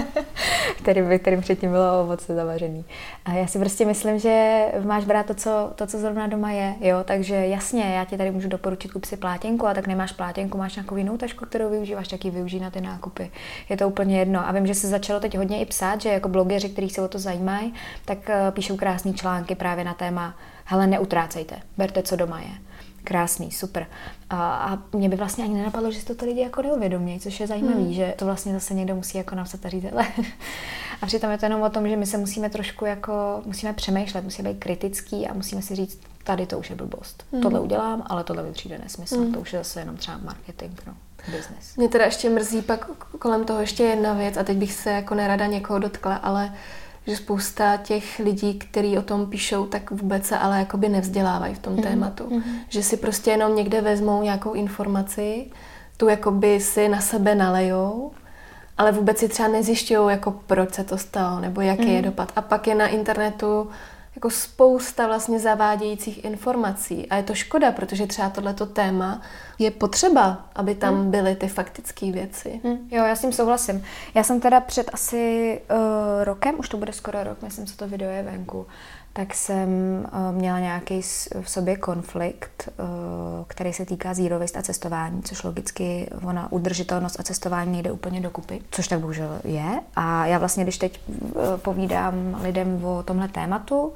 kterým předtím bylo ovoce zavařený. A já si prostě myslím, že máš brát to, co zrovna doma je, jo, takže jasně, já ti tady můžu doporučit, kup si plátěnku, a tak nemáš plátěnku, máš nějakou jinou tašku, kterou využíváš, tak ji využij na ty nákupy. Je to úplně jedno. A vím, že se začalo teď hodně i psát, že jako blogeři, kteří se o to zajímají, tak píšou krásný články právě na téma, hele, neutrácejte, berte, co doma je. Krásný, super. A mě by vlastně ani nenapadlo, že si to lidi jako neuvědomějí, což je zajímavý, že to vlastně zase někdo musí jako napsat a říct, a přitom je to jenom o tom, že my se musíme trošku jako, musíme přemýšlet, musíme být kritický a musíme si říct, tady to už je blbost. Tohle udělám, ale tohle mi přijde nesmysl. To už je zase jenom třeba marketing, no, business. Mě teda ještě mrzí pak kolem toho ještě jedna věc a teď bych se jako nerada někoho dotkla, ale že spousta těch lidí, kteří o tom píšou, tak vůbec se ale jakoby nevzdělávají v tom tématu. Že si prostě jenom někde vezmou nějakou informaci, tu jakoby si na sebe nalejou, ale vůbec si třeba nezjišťujou, jako proč se to stalo, nebo jaký je dopad. A pak je na internetu jako spousta vlastně zavádějících informací. A je to škoda, protože třeba tohleto téma je potřeba, aby tam byly ty faktické věci. Jo, já s tím souhlasím. Já jsem teda před asi rokem, už to bude skoro rok, myslím, co to video je venku, tak jsem měla nějaký v sobě konflikt, který se týká zero waste a cestování, což logicky ona udržitelnost a cestování nejde úplně dokupy, což tak bohužel je. A já vlastně, když teď povídám lidem o tomhle tématu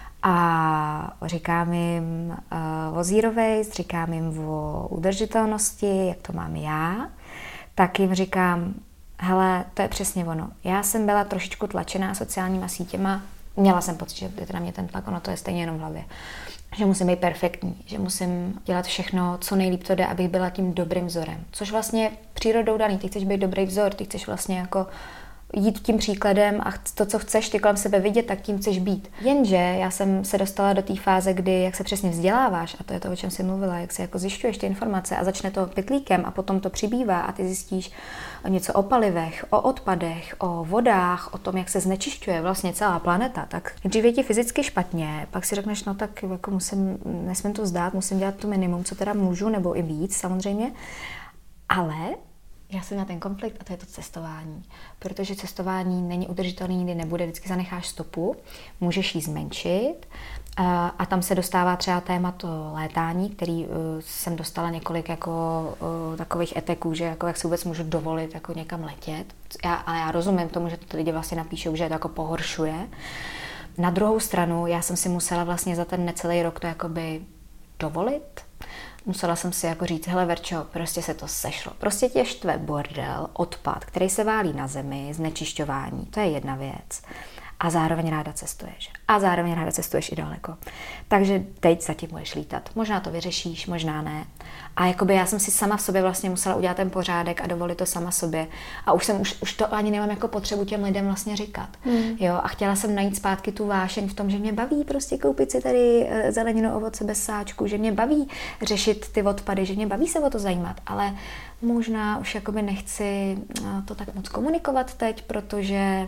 a říkám jim o zero waste, říkám jim o udržitelnosti, jak to mám já, tak jim říkám, hele, to je přesně ono. Já jsem byla trošičku tlačená sociálníma sítěma. Měla jsem pocit, že je na mě ten tlak, ono to je stejně jenom v hlavě. Že musím být perfektní, že musím dělat všechno, co nejlíp to jde, abych byla tím dobrým vzorem. Což vlastně přírodou daný, ty chceš být dobrý vzor, ty chceš vlastně jako jít tím příkladem a to, co chceš ty kolem sebe vidět, tak tím chceš být. Jenže já jsem se dostala do té fáze, kdy jak se přesně vzděláváš, a to je to, o čem jsi mluvila, jak se jako zjišťuješ ty informace a začne to pytlíkem a potom to přibývá a ty zjistíš něco o palivech, o odpadech, o vodách, o tom, jak se znečišťuje vlastně celá planeta, tak dřív je ti fyzicky špatně, pak si řekneš, no tak jako nesmím to vzdát, musím dělat to minimum, co teda můžu, nebo i víc samozřejmě, ale já jsem na ten konflikt a to je to cestování. Protože cestování není udržitelný, nikdy nebude, vždycky zanecháš stopu, můžeš ji zmenšit a tam se dostává třeba téma to létání, který jsem dostala několik jako takových eteků, že jako jak si vůbec můžu dovolit jako někam letět. Ale já rozumím tomu, že to lidi vlastně napíšou, že to jako pohoršuje. Na druhou stranu já jsem si musela vlastně za ten necelý rok to jakoby dovolit. Musela jsem si jako říct, hele Verčo, prostě se to sešlo. Prostě tě štve bordel, odpad, který se válí na zemi, znečišťování, to je jedna věc. A zároveň ráda cestuješ. A zároveň ráda cestuješ i daleko. Takže teď zatím budeš lítat. Možná to vyřešíš, možná ne. A jakoby já jsem si sama v sobě vlastně musela udělat ten pořádek a dovolit to sama sobě. A už to ani nemám jako potřebu těm lidem vlastně říkat. Jo, a chtěla jsem najít zpátky tu vášeň v tom, že mě baví prostě koupit si tady zeleninu, ovoce bez sáčku, že mě baví řešit ty odpady, že mě baví se o to zajímat, ale možná už jakoby nechci to tak moc komunikovat teď, protože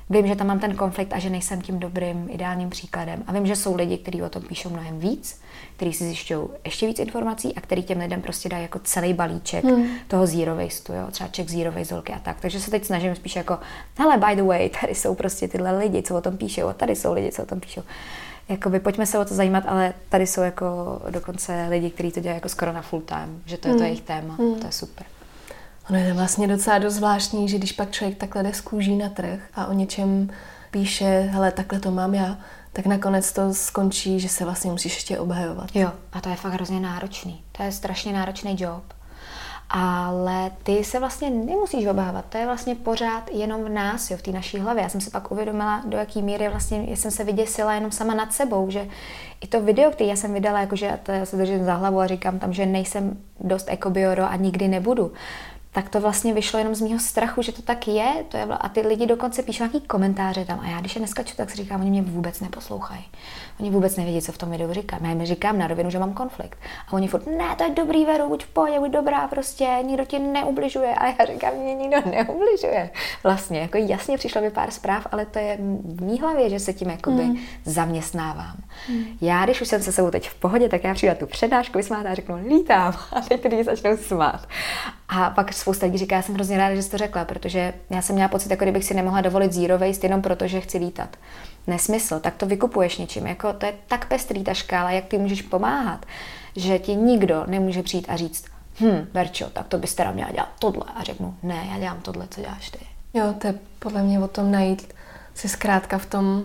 vím, že tam mám ten konflikt a že nejsem tím dobrým, ideálním příkladem. A vím, že jsou lidi, kteří o tom píšou mnohem víc, kteří si zjišťují ještě víc informací a který těm lidem prostě dají jako celý balíček toho zero wasteu, jo, třeba check zero waste holky a tak. Takže se teď snažím spíš jako, hele, by the way, tady jsou prostě tyhle lidi, co o tom píšou, a tady jsou lidi, co o tom píšou. Jakoby pojďme se o to zajímat, ale tady jsou jako dokonce lidi, kteří to dělají jako skoro na full time, že to je to jejich téma, to je super. Ono je vlastně docela dost zvláštní, že když pak člověk takhle jde z kůží na trh a o něčem píše, hele, takhle to mám já, tak nakonec to skončí, že se vlastně musíš ještě obhajovat. Jo, a to je fakt hrozně náročný. To je strašně náročný job. Ale ty se vlastně nemusíš obávat, to je vlastně pořád jenom v nás, jo, v té naší hlavě. Já jsem si pak uvědomila, do jaký míry vlastně jsem se vyděsila jenom sama nad sebou, že i to video, které já jsem vydala, jakože já se držím za hlavu a říkám tam, že nejsem dost ekobioro a nikdy nebudu, tak to vlastně vyšlo jenom z mýho strachu, že to tak je, a ty lidi dokonce píšou nějaký komentáře tam a já když je neskaču, tak si říkám, oni mě vůbec neposlouchají. Oni vůbec nevědí, co v tom videu říkám. Já jim říkám na rovinu, že mám konflikt. A oni furt, ne, to je dobrý, Veru, buď v pohodě, buď dobrá, prostě, nikdo ti neubližuje. A já říkám, mě nikdo neubližuje. Vlastně, jako jasně přišlo mi pár zpráv, ale to je v mý hlavě, že se tím jakoby zaměstnávám. Já, když už jsem se sebou teď v pohodě, tak já přijdu na tu přednášku vysmát a řeknu, lítám. A teď ty lidi začnou smát. A pak spousta lidí říká, já jsem hrozně ráda, že jsi to řekla, protože já jsem měla pocit, jako kdybych si nemohla dovolit zero waste jenom proto, že chci lítat. Nesmysl, tak to vykupuješ něčím. Jako, to je tak pestrý ta škála, jak ty můžeš pomáhat, že ti nikdo nemůže přijít a říct, Verčo, tak to bys teda měla dělat tohle. A řeknu, ne, já dělám tohle, co děláš ty. Jo, to je podle mě o tom najít si zkrátka v tom,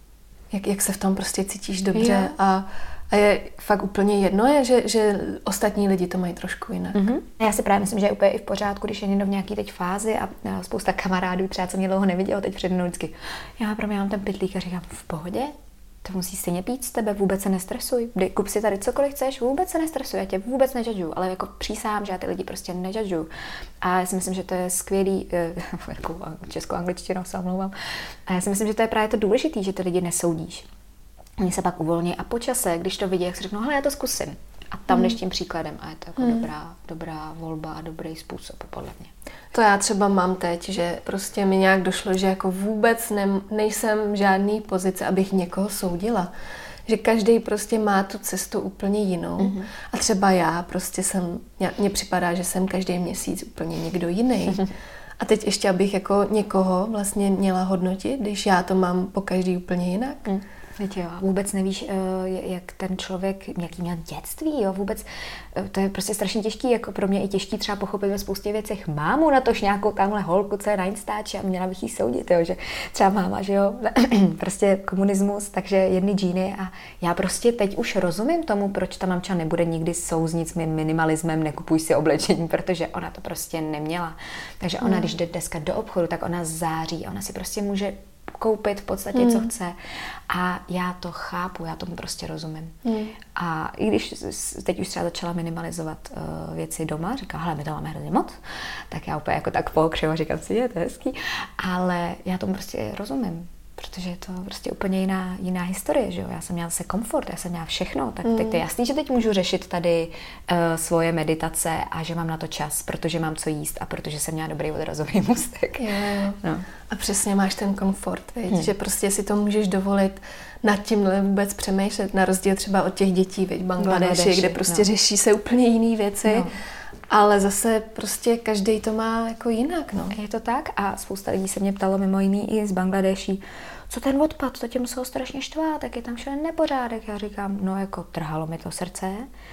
jak se v tom prostě cítíš dobře a je fakt úplně jedno, že ostatní lidi to mají trošku jinak. Já si právě myslím, že je úplně i v pořádku, když je někdo v nějaký teď fázi a spousta kamarádů, třeba co mě dlouho nevidělo, teď přede mnou vždycky, já pro mě mám ten pytlík a říkám, v pohodě, to musí stejně pít z tebe, vůbec se nestresuj, kup si tady cokoliv chceš, vůbec se nestresuj, já tě vůbec nežadžu, ale jako přísahám, že já ty lidi prostě nežadžu. A já si myslím, že to je skvělý, jako českou angličtinou se omlouvám, a já si myslím, že to je právě to důležitý, že ty lidi nesoudíš. Oni se pak uvolní a po čase, když to vidí, jak si řeknou, hele, já to zkusím. A tam jdeš tím příkladem a je to jako dobrá volba a dobrý způsob, podle mě. To já třeba mám teď, že prostě mi nějak došlo, že jako vůbec nejsem v žádný pozici, abych někoho soudila. Že každý prostě má tu cestu úplně jinou. A třeba já prostě mně připadá, že jsem každý měsíc úplně někdo jiný. A teď ještě, abych jako někoho vlastně měla hodnotit, když já to mám po každý úplně jinak. Teď jo, vůbec nevíš, jak ten člověk, jaký měl dětství, jo, vůbec, to je prostě strašně těžký, jako pro mě i těžký třeba pochopit ve spoustě věcech mámu natož nějakou tamhle holku, co je na Instači a měla bych jí soudit, jo, že třeba máma, že jo, prostě komunismus, takže jedny džíny a já prostě teď už rozumím tomu, proč ta mamča nebude nikdy souznit s mým minimalismem, nekupuj si oblečení, protože ona to prostě neměla. Takže ona, když jde dneska do obchodu, tak ona září, ona si prostě může koupit v podstatě, co chce. A já to chápu, já tomu prostě rozumím. A i když teď už třeba začala minimalizovat věci doma, říká, hele, my to máme hrozně moc, tak já úplně jako tak pokřivo a říkám si, je to hezký, ale já tomu prostě rozumím. Protože je to prostě úplně jiná historie, že jo? Já jsem měla zase komfort, já jsem měla všechno, tak teď je jasný, že teď můžu řešit tady svoje meditace a že mám na to čas, protože mám co jíst a protože jsem měla dobrý odrazový můstek. Jo. No. A přesně máš ten komfort, že prostě si to můžeš dovolit nad tímhle vůbec přemýšlet, na rozdíl třeba od těch dětí, v Bangladeši, kde prostě řeší se úplně jiné věci. No. Ale zase prostě každý to má jako jinak, no. Je to tak a spousta lidí se mě ptalo mimo jiný i z Bangladeší, co ten odpad, to tě muselo strašně štvát, tak je tam všude nepořádek. Já říkám, no jako trhalo mi to srdce,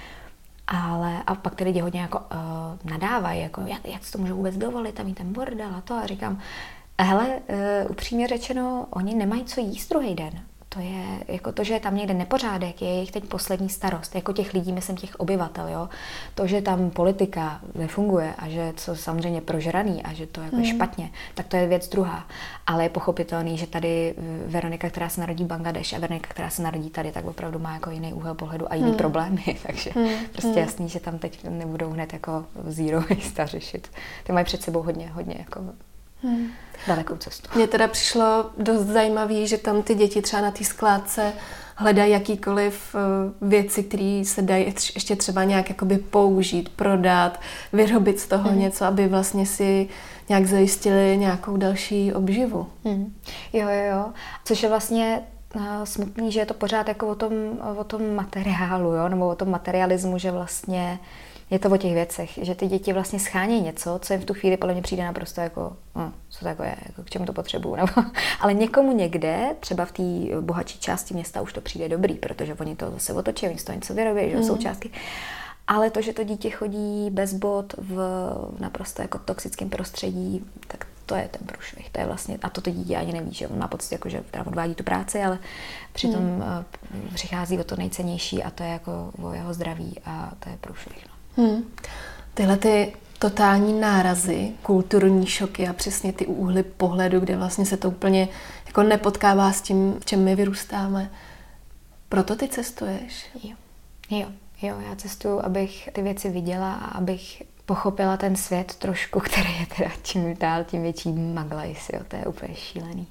ale a pak ty lidi hodně jako nadávají, jako jak si to může vůbec dovolit a mít ten bordel a to a říkám, hele, upřímně řečeno, oni nemají co jíst druhý den. To je jako to, že je tam někde nepořádek, je jejich teď poslední starost. Jako těch lidí, myslím těch obyvatel, jo. To, že tam politika nefunguje a že to samozřejmě prožraný a že to jako je špatně, tak to je věc druhá. Ale je pochopitelný, že tady Veronika, která se narodí v Bangladeši a Veronika, která se narodí tady, tak opravdu má jako jiný úhel pohledu a jiný problémy. Takže prostě jasný, že tam teď nebudou hned jako zero waste řešit. Ty mají před sebou hodně jako dalekou cestu. Mně teda přišlo dost zajímavé, že tam ty děti třeba na té skládce hledají jakýkoliv věci, které se dají ještě třeba nějak jakoby použít, prodat, vyrobit z toho něco, aby vlastně si nějak zajistili nějakou další obživu. Jo. Což je vlastně smutný, že je to pořád jako o tom materiálu, jo? Nebo o tom materialismu, že vlastně je to o těch věcech, že ty děti vlastně schánějí něco, co jim v tu chvíli podle mě přijde naprosto jako, co to je, jako k čemu to potřebuju, nebo, ale někomu někde, třeba v té bohatší části města už to přijde dobrý, protože oni to zase otočí, oni z toho něco vyrobí, že součástky. Ale to, že to dítě chodí bez bot v naprosto jako toxickém prostředí, tak to je ten průšvih. To je vlastně, a to dítě ani neví, že on má pocit, jako, že teda odvádí tu práci, ale přitom přichází o to nejcennější a to je jako o jeho zdraví a to je průšvih. Tyhle ty totální nárazy, kulturní šoky a přesně ty úhly pohledu, kde vlastně se to úplně jako nepotkává s tím, v čem my vyrůstáme. Proto ty cestuješ? Jo, já cestuju, abych ty věci viděla a abych pochopila ten svět trošku, který je teda čím dál tím větší maglajs, jo, to je úplně šílený.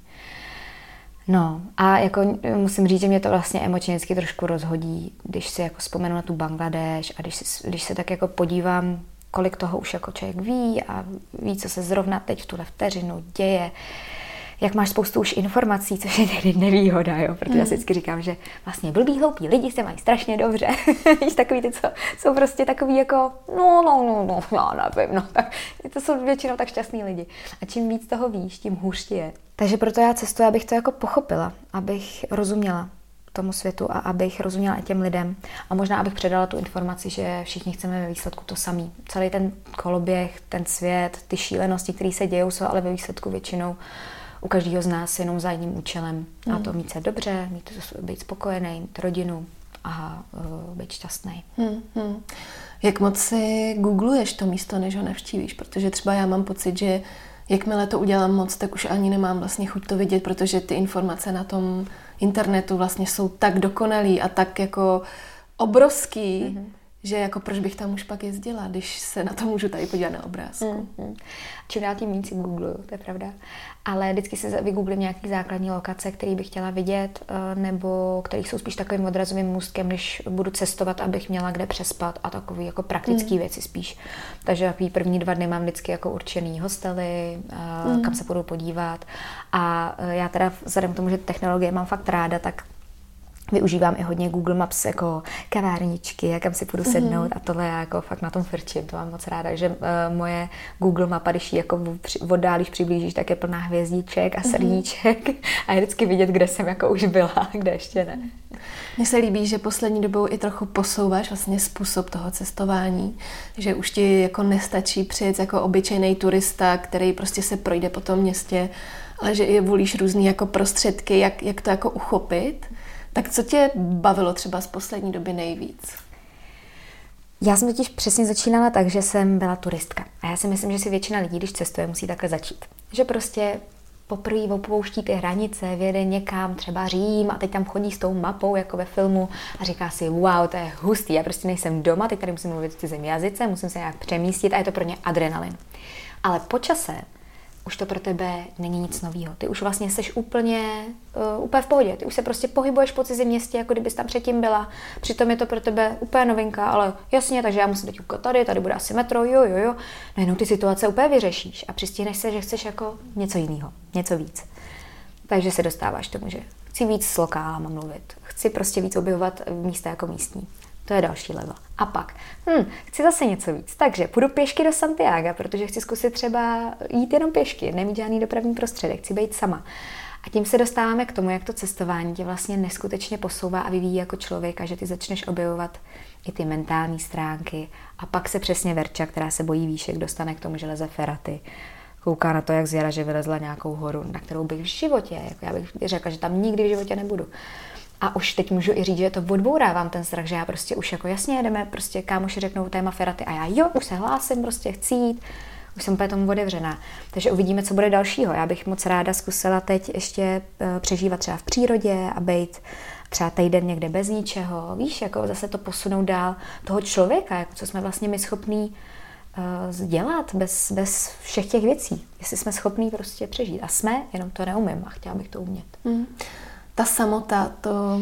No a jako musím říct, že mě to vlastně emočně vždycky trošku rozhodí, když si jako vzpomenu na tu Bangladeš a když se tak jako podívám, kolik toho už jako člověk ví a ví, co se zrovna teď v tuhle vteřinu děje, jak máš spoustu už informací, což je někdy nevýhoda, jo, protože já si vždycky říkám, že vlastně blbý, hloupí lidi se mají strašně dobře. Víš, takový ty, co jsou prostě takový jako, no, já nevím, no, tak to jsou většinou tak šťastný lidi. A čím víc toho víš, tím hůř ti je. Takže proto já cestuji, abych to jako pochopila, abych rozuměla tomu světu a abych rozuměla i těm lidem. A možná, abych předala tu informaci, že všichni chceme ve výsledku to samý. Celý ten koloběh, ten svět, ty šílenosti, které se dějou, jsou ale ve výsledku většinou u každého z nás jenom za jedním účelem. A to mít se dobře, být spokojený, mít rodinu a být šťastný. Jak moc si googluješ to místo, než ho navštívíš? Protože třeba já mám pocit, že jakmile to udělám moc, tak už ani nemám vlastně chuť to vidět, protože ty informace na tom internetu vlastně jsou tak dokonalý a tak jako obrovský, že jako proč bych tam už pak jezdila, když se na to můžu tady podívat na obrázku. Čím dál tím víc si googluju, to je pravda. Ale vždycky si vygooglím nějaký základní lokace, které bych chtěla vidět, nebo které jsou spíš takovým odrazovým můstkem, když budu cestovat, abych měla kde přespat a takové jako praktické věci spíš. Takže takový první 2 dny mám vždycky jako určený hostely, kam se půjdu podívat. A já teda vzhledem k tomu, že technologie mám fakt ráda, tak využívám i hodně Google Maps jako kavárničky, kam si půjdu sednout a tohle já jako fakt na tom frčím, to mám moc ráda, že moje Google mapa, když ji jako oddálíš, přiblížíš, tak je plná hvězdiček a srdíček a je vždycky vidět, kde jsem jako už byla, kde ještě ne. Mně se líbí, že poslední dobou i trochu posouváš vlastně způsob toho cestování, že už ti jako nestačí přijet jako obyčejný turista, který prostě se projde po tom městě, ale že i volíš různý jako prostředky, jak to jako uchopit. Tak co tě bavilo třeba z poslední doby nejvíc? Já jsem totiž přesně začínala tak, že jsem byla turistka. A já si myslím, že si většina lidí, když cestuje, musí takhle začít. Že prostě poprvé opouští ty hranice, vyjede někam, třeba Řím a teď tam chodí s tou mapou, jako ve filmu a říká si, wow, to je hustý, já prostě nejsem doma, teď tady musím mluvit v cizím jazyce, musím se nějak přemístit a je to pro ně adrenalin. Ale po čase už to pro tebe není nic novýho. Ty už vlastně seš úplně v pohodě. Ty už se prostě pohybuješ po cizím městě, jako kdybys tam předtím byla. Přitom je to pro tebe úplně novinka, ale jasně, takže já musím teď tady bude asi metro, jo. Najednou ty situace úplně vyřešíš a přistihneš se, že chceš jako něco jiného, něco víc. Takže se dostáváš k tomu, že chci víc s lokálama mluvit. Chci prostě víc objevovat místa jako místní. To je další level. A pak, chci zase něco víc. Takže půjdu pěšky do Santiaga, protože chci zkusit třeba jít jenom pěšky, nemít žádný dopravní prostředek, chci být sama. A tím se dostáváme k tomu, jak to cestování tě vlastně neskutečně posouvá a vyvíjí jako člověka, že ty začneš objevovat i ty mentální stránky. A pak se přesně Verča, která se bojí výšek, dostane k tomu, že leze feraty. Kouká na to, jak zjara, že vylezla nějakou horu, na kterou bych v životě, jako já bych řekla, že tam nikdy v životě nebudu. A už teď můžu i říct, že to odbourávám ten strach, že já prostě už jako jasně jedeme, prostě kámoši řeknou téma feraty a já už se hlásím, prostě chci jít, už jsem úplně tomu otevřená. Takže uvidíme, co bude dalšího. Já bych moc ráda zkusila teď ještě přežívat třeba v přírodě a být třeba týden někde bez ničeho, víš, jako zase to posunout dál toho člověka, jako co jsme vlastně my schopní dělat bez všech těch věcí. Jestli jsme schopní prostě přežít. A jsme, jenom to neumím a chtěla bych to umět. Ta samota,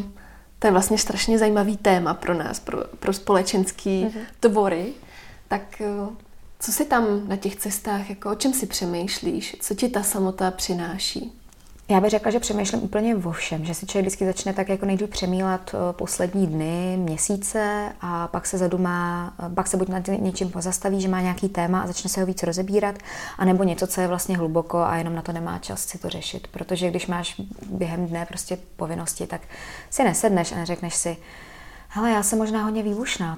to je vlastně strašně zajímavý téma pro nás, pro společenský tvory. Tak co si tam na těch cestách, jako o čem si přemýšlíš? Co ti ta samota přináší? Já bych řekla, že přemýšlím úplně o všem, že si člověk vždycky začne tak jako nejdřív přemýšlet poslední dny, měsíce a pak se zadumá, pak se buď nad něčím pozastaví, že má nějaký téma a začne se ho víc rozebírat, anebo něco, co je vlastně hluboko a jenom na to nemá čas si to řešit, protože když máš během dne prostě povinnosti, tak si nesedneš a neřekneš si, hele, já jsem možná hodně výbušná,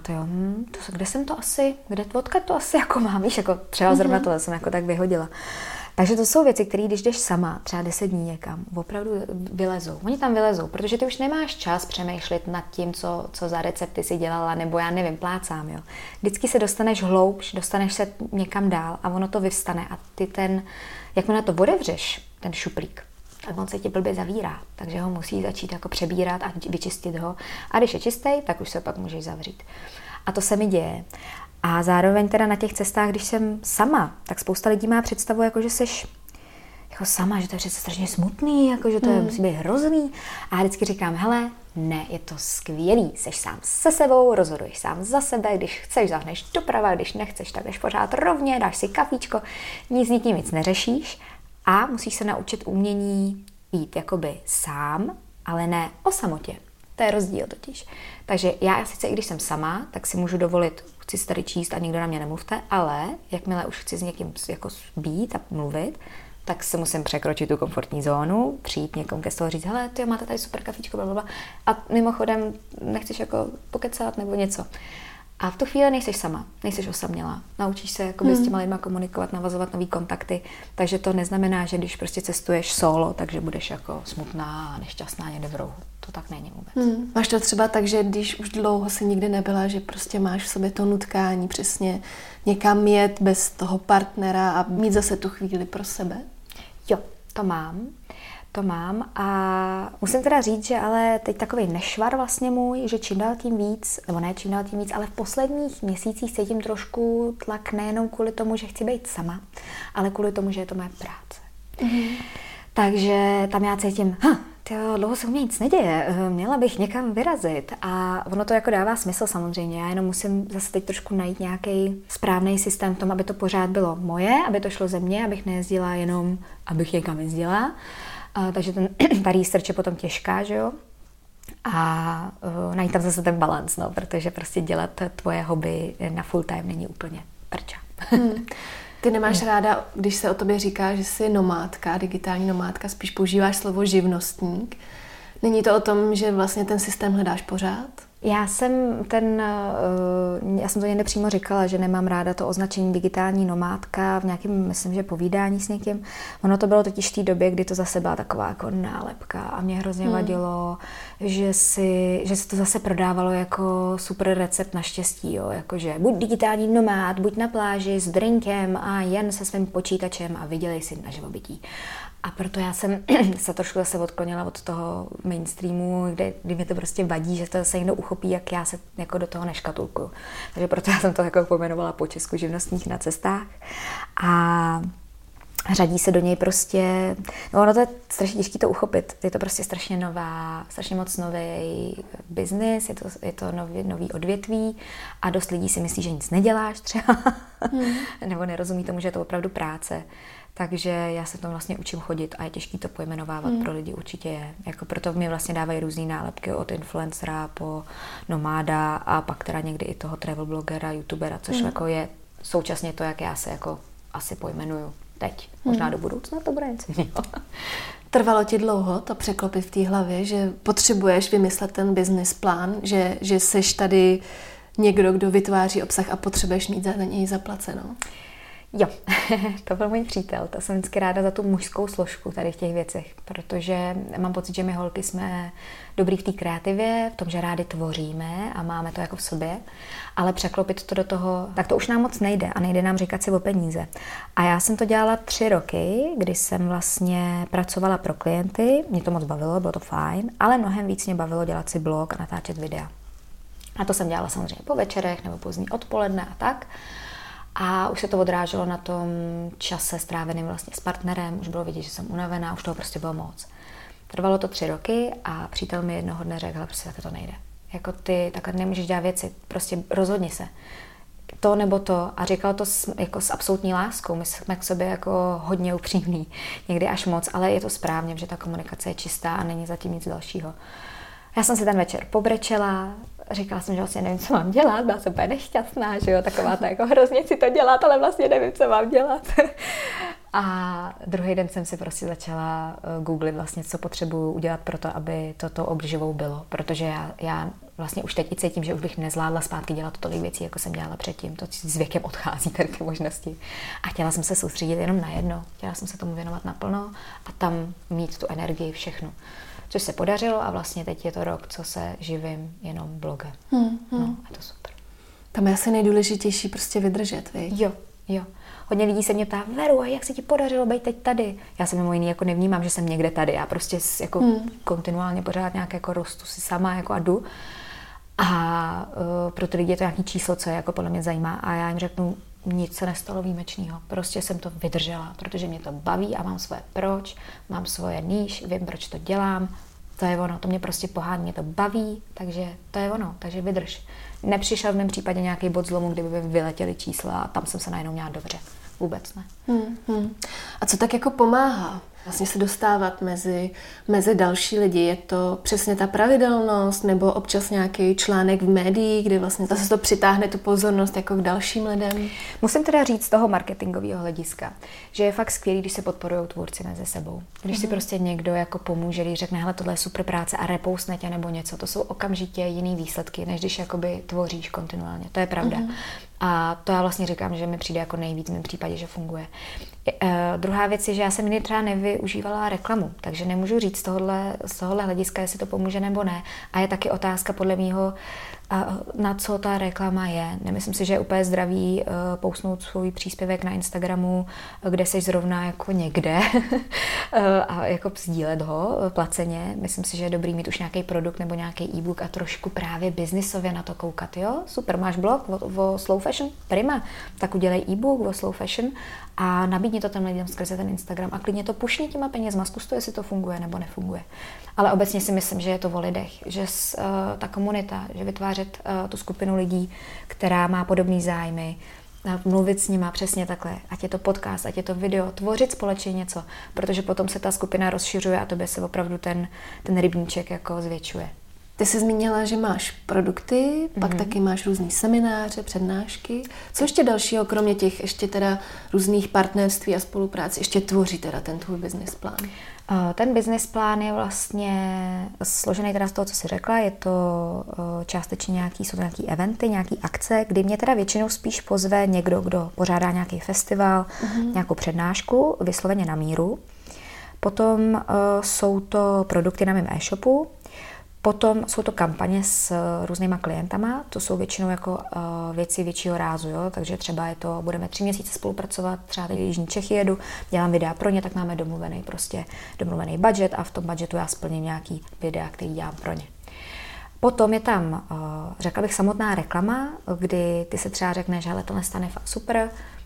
kde jsem to asi, odkud to asi jako mám, víš, jako třeba zrovna tohle jsem jako tak vyhodila. Takže to jsou věci, které když jdeš sama, třeba 10 dní někam, opravdu vylezou. Oni tam vylezou, protože ty už nemáš čas přemýšlet nad tím, co za recepty si dělala, nebo já nevím, plácám, jo. Vždycky se dostaneš hloubš, dostaneš se někam dál a ono to vyvstane a ty jakmile na to otevřeš, ten šuplík, tak on se ti blbě zavírá, takže ho musí začít jako přebírat a vyčistit ho. A když je čistý, tak už se pak můžeš zavřít. A to se mi děje. A zároveň teda na těch cestách, když jsem sama, tak spousta lidí má představu, jako že seš jako sama, že to je přece strašně smutný, jako že to musí být hrozný. A já vždycky říkám, hele, ne, je to skvělý, seš sám se sebou, rozhoduješ sám za sebe, když chceš, zahneš doprava, když nechceš, tak jdeš pořád rovně, dáš si kafíčko, nic s nikým nic neřešíš a musíš se naučit umění jít jakoby sám, ale ne o samotě. To je rozdíl totiž. Takže já sice, i když jsem sama, tak si můžu dovolit, chci si tady číst a nikdo na mě nemluvte, ale jakmile už chci s někým jako být a mluvit, tak se musím překročit tu komfortní zónu, přijít někomu ke stolu a říct, hele, ty máte tady super kafíčko, blablabla. A mimochodem nechceš jako pokecat nebo něco. A v tu chvíli nejseš sama, nejseš osamělá. Naučíš se jakoby s těma lidma komunikovat, navazovat nový kontakty, takže to neznamená, že když prostě cestuješ solo, takže budeš jako smutná a nešťastná někde v rohu. To tak není vůbec. Máš to třeba tak, že když už dlouho si nikdy nebyla, že prostě máš v sobě to nutkání přesně někam jet bez toho partnera a mít zase tu chvíli pro sebe? Jo, to mám a musím teda říct, že ale teď takový nešvar vlastně můj, že čím dál tím víc, nebo ne čím dál tím víc, ale v posledních měsících cítím trošku tlak nejenom kvůli tomu, že chci být sama, ale kvůli tomu, že je to moje práce. Takže tam já cítím, dlouho se u mě nic neděje, měla bych někam vyrazit a ono to jako dává smysl samozřejmě, já jenom musím zase teď trošku najít nějaký správný systém v tom, aby to pořád bylo moje, aby to šlo ze mě, abych nejezdila jenom, abych někam jezdila. Takže ta research je potom těžká, že jo? A najít tam zase ten balans, no, protože prostě dělat tvoje hobby na full time není úplně prča. Ty nemáš ráda, když se o tobě říká, že jsi nomádka, digitální nomádka, spíš používáš slovo živnostník. Není to o tom, že vlastně ten systém hledáš pořád? Já jsem to někde přímo říkala, že nemám ráda to označení digitální nomádka v nějakém, myslím, že povídání s někým. Ono to bylo totiž v té době, kdy to zase byla taková jako nálepka a mě hrozně vadilo, že se to zase prodávalo jako super recept na štěstí, jo? Jakože buď digitální nomád, buď na pláži s drinkem a jen se svým počítačem a vydělej si na živobytí. A proto já jsem se trošku zase odklonila od toho mainstreamu, kdy mi to prostě vadí, že to se někdo uchopí, jak já se jako do toho neškatulkuju. Takže proto já jsem to jako pojmenovala po česku živnostník na cestách. A řadí se do něj prostě, no ono to je strašně těžké to uchopit. Je to prostě strašně moc nový biznis, je to nový odvětví a dost lidí si myslí, že nic neděláš třeba, nebo nerozumí tomu, že je to opravdu práce. Takže já se tomu vlastně učím chodit a je těžké to pojmenovávat, pro lidi určitě je. Jako proto mi vlastně dávají různý nálepky od influencera po nomáda a pak teda někdy i toho travel blogera, youtubera, což jako je současně to, jak já se jako asi pojmenuju teď. Možná do budoucna to bude něco jiného. Trvalo ti dlouho to překlopit v té hlavě, že potřebuješ vymyslet ten business plán, že seš tady někdo, kdo vytváří obsah a potřebuješ mít za něj zaplaceno? Jo, to byl můj přítel. To jsem vždycky ráda za tu mužskou složku tady v těch věcech, protože mám pocit, že my holky jsme dobrý v té kreativě, v tom, že rádi tvoříme a máme to jako v sobě, ale překlopit to do toho, tak to už nám moc nejde a nejde nám říkat si o peníze. A já jsem to dělala 3 roky, kdy jsem vlastně pracovala pro klienty, mě to moc bavilo, bylo to fajn, ale mnohem víc mě bavilo dělat si blog a natáčet videa. A to jsem dělala samozřejmě po večerech nebo pozdní odpoledne a tak. A už se to odráželo na tom čase stráveným vlastně s partnerem, už bylo vidět, že jsem unavená, už toho prostě bylo moc. Trvalo to 3 roky a přítel mi jednoho dne řekl, hele, prostě takhle to nejde. Jako ty takhle nemůžeš dělat věci, prostě rozhodni se. To nebo to. A říkal to jako s absolutní láskou. My jsme k sobě jako hodně upřímní, někdy až moc, ale je to správně, že ta komunikace je čistá a není zatím nic dalšího. Já jsem si ten večer pobrečela, říkala jsem, že vlastně nevím, co mám dělat, byla jsem úplně nešťastná, že jo, taková ta jako hrozně si to dělat, ale vlastně nevím, co mám dělat. A druhý den jsem si prostě začala googlit vlastně, co potřebuju udělat pro to, aby toto obživou bylo, protože já vlastně už teď i cítím, že už bych nezvládla zpátky dělat tolik věcí, jako jsem dělala předtím, to s věkem odchází tady ty možnosti. A chtěla jsem se soustředit jenom na jedno, chtěla jsem se tomu věnovat naplno a tam mít tu energii, všechno. Což se podařilo a vlastně teď je to rok, co se živím jenom blogem. No, je to super. Tam je asi nejdůležitější prostě vydržet, viď? Jo. Hodně lidí se mě ptá, Veru, a jak se ti podařilo být teď tady? Já se mimo jiný jako nevnímám, že jsem někde tady. Já prostě jako kontinuálně pořád nějak jako rostu si sama jako a jdu. A pro ty lidi je to nějaký číslo, co je jako podle mě zajímá. A já jim řeknu, nic se nestalo výjimečného. Prostě jsem to vydržela, protože mě to baví a mám svoje proč, mám svoje níž, vím, proč to dělám. To je ono, to mě prostě pohání, mě to baví, takže to je ono, takže vydrž. Nepřišel v mém případě nějaký bod zlomu, kdyby vyletěly čísla a tam jsem se najednou měla dobře. Vůbec ne. A co tak jako pomáhá vlastně se dostávat mezi další lidi? Je to přesně ta pravidelnost nebo občas nějaký článek v médiích, kde vlastně zase to přitáhne tu pozornost jako k dalším lidem? Musím teda říct z toho marketingového hlediska, že je fakt skvělý, když se podporují tvůrci mezi sebou. Když si prostě někdo jako pomůže, když řekne, hele, tohle je super práce a repoustne tě nebo něco, to jsou okamžitě jiný výsledky, než když jakoby tvoříš kontinuálně. To je pravda. A to já vlastně říkám, že mi přijde jako nejvíc v mém případě, že funguje. Druhá věc je, že já jsem nikdy třeba nevyužívala reklamu, takže nemůžu říct z tohohle hlediska, jestli to pomůže nebo ne. A je taky otázka podle mýho, na co ta reklama je. Nemyslím si, že je úplně zdravý pousnout svůj příspěvek na Instagramu, kde jsi zrovna jako někde a jako sdílet ho placeně. Myslím si, že je dobrý mít už nějaký produkt nebo nějaký e-book a trošku právě biznisově na to koukat. Jo? Super, máš blog o slow fashion? Prima. Tak udělej e-book o slow fashion a nabídni to těm lidem skrze ten Instagram a klidně to pušni těma penězma, zkus to, jestli to funguje nebo nefunguje. Ale obecně si myslím, že je to o lidech, že ta komunita, že vytvářet tu skupinu lidí, která má podobné zájmy, mluvit s nima přesně takhle, ať je to podcast, ať je to video, tvořit společně něco, protože potom se ta skupina rozšiřuje a tobě se opravdu ten rybníček jako zvětšuje. Ty jsi zmínila, že máš produkty, pak taky máš různý semináře, přednášky. Co ještě dalšího, kromě těch ještě teda různých partnerství a spolupráci, ještě tvoří teda ten tvůj business plán? Ten business plán je vlastně složený teda z toho, co jsi řekla. Je to částečně jsou to nějaký eventy, nějaký akce, kdy mě teda většinou spíš pozve někdo, kdo pořádá nějaký festival, nějakou přednášku, vysloveně na míru. Potom jsou to produkty na mém e-shopu. Potom jsou to kampaně s různýma klientama, to jsou většinou jako věci většího rázu, jo? Takže třeba budeme 3 měsíce spolupracovat, třeba teď Jižní Čechy jedu, dělám videa pro ně, tak máme domluvený budget a v tom budgetu já splním nějaký videa, který dělám pro ně. Potom je tam, řekla bych, samotná reklama, kdy ty se třeba řekneš, že tohle stane fakt super,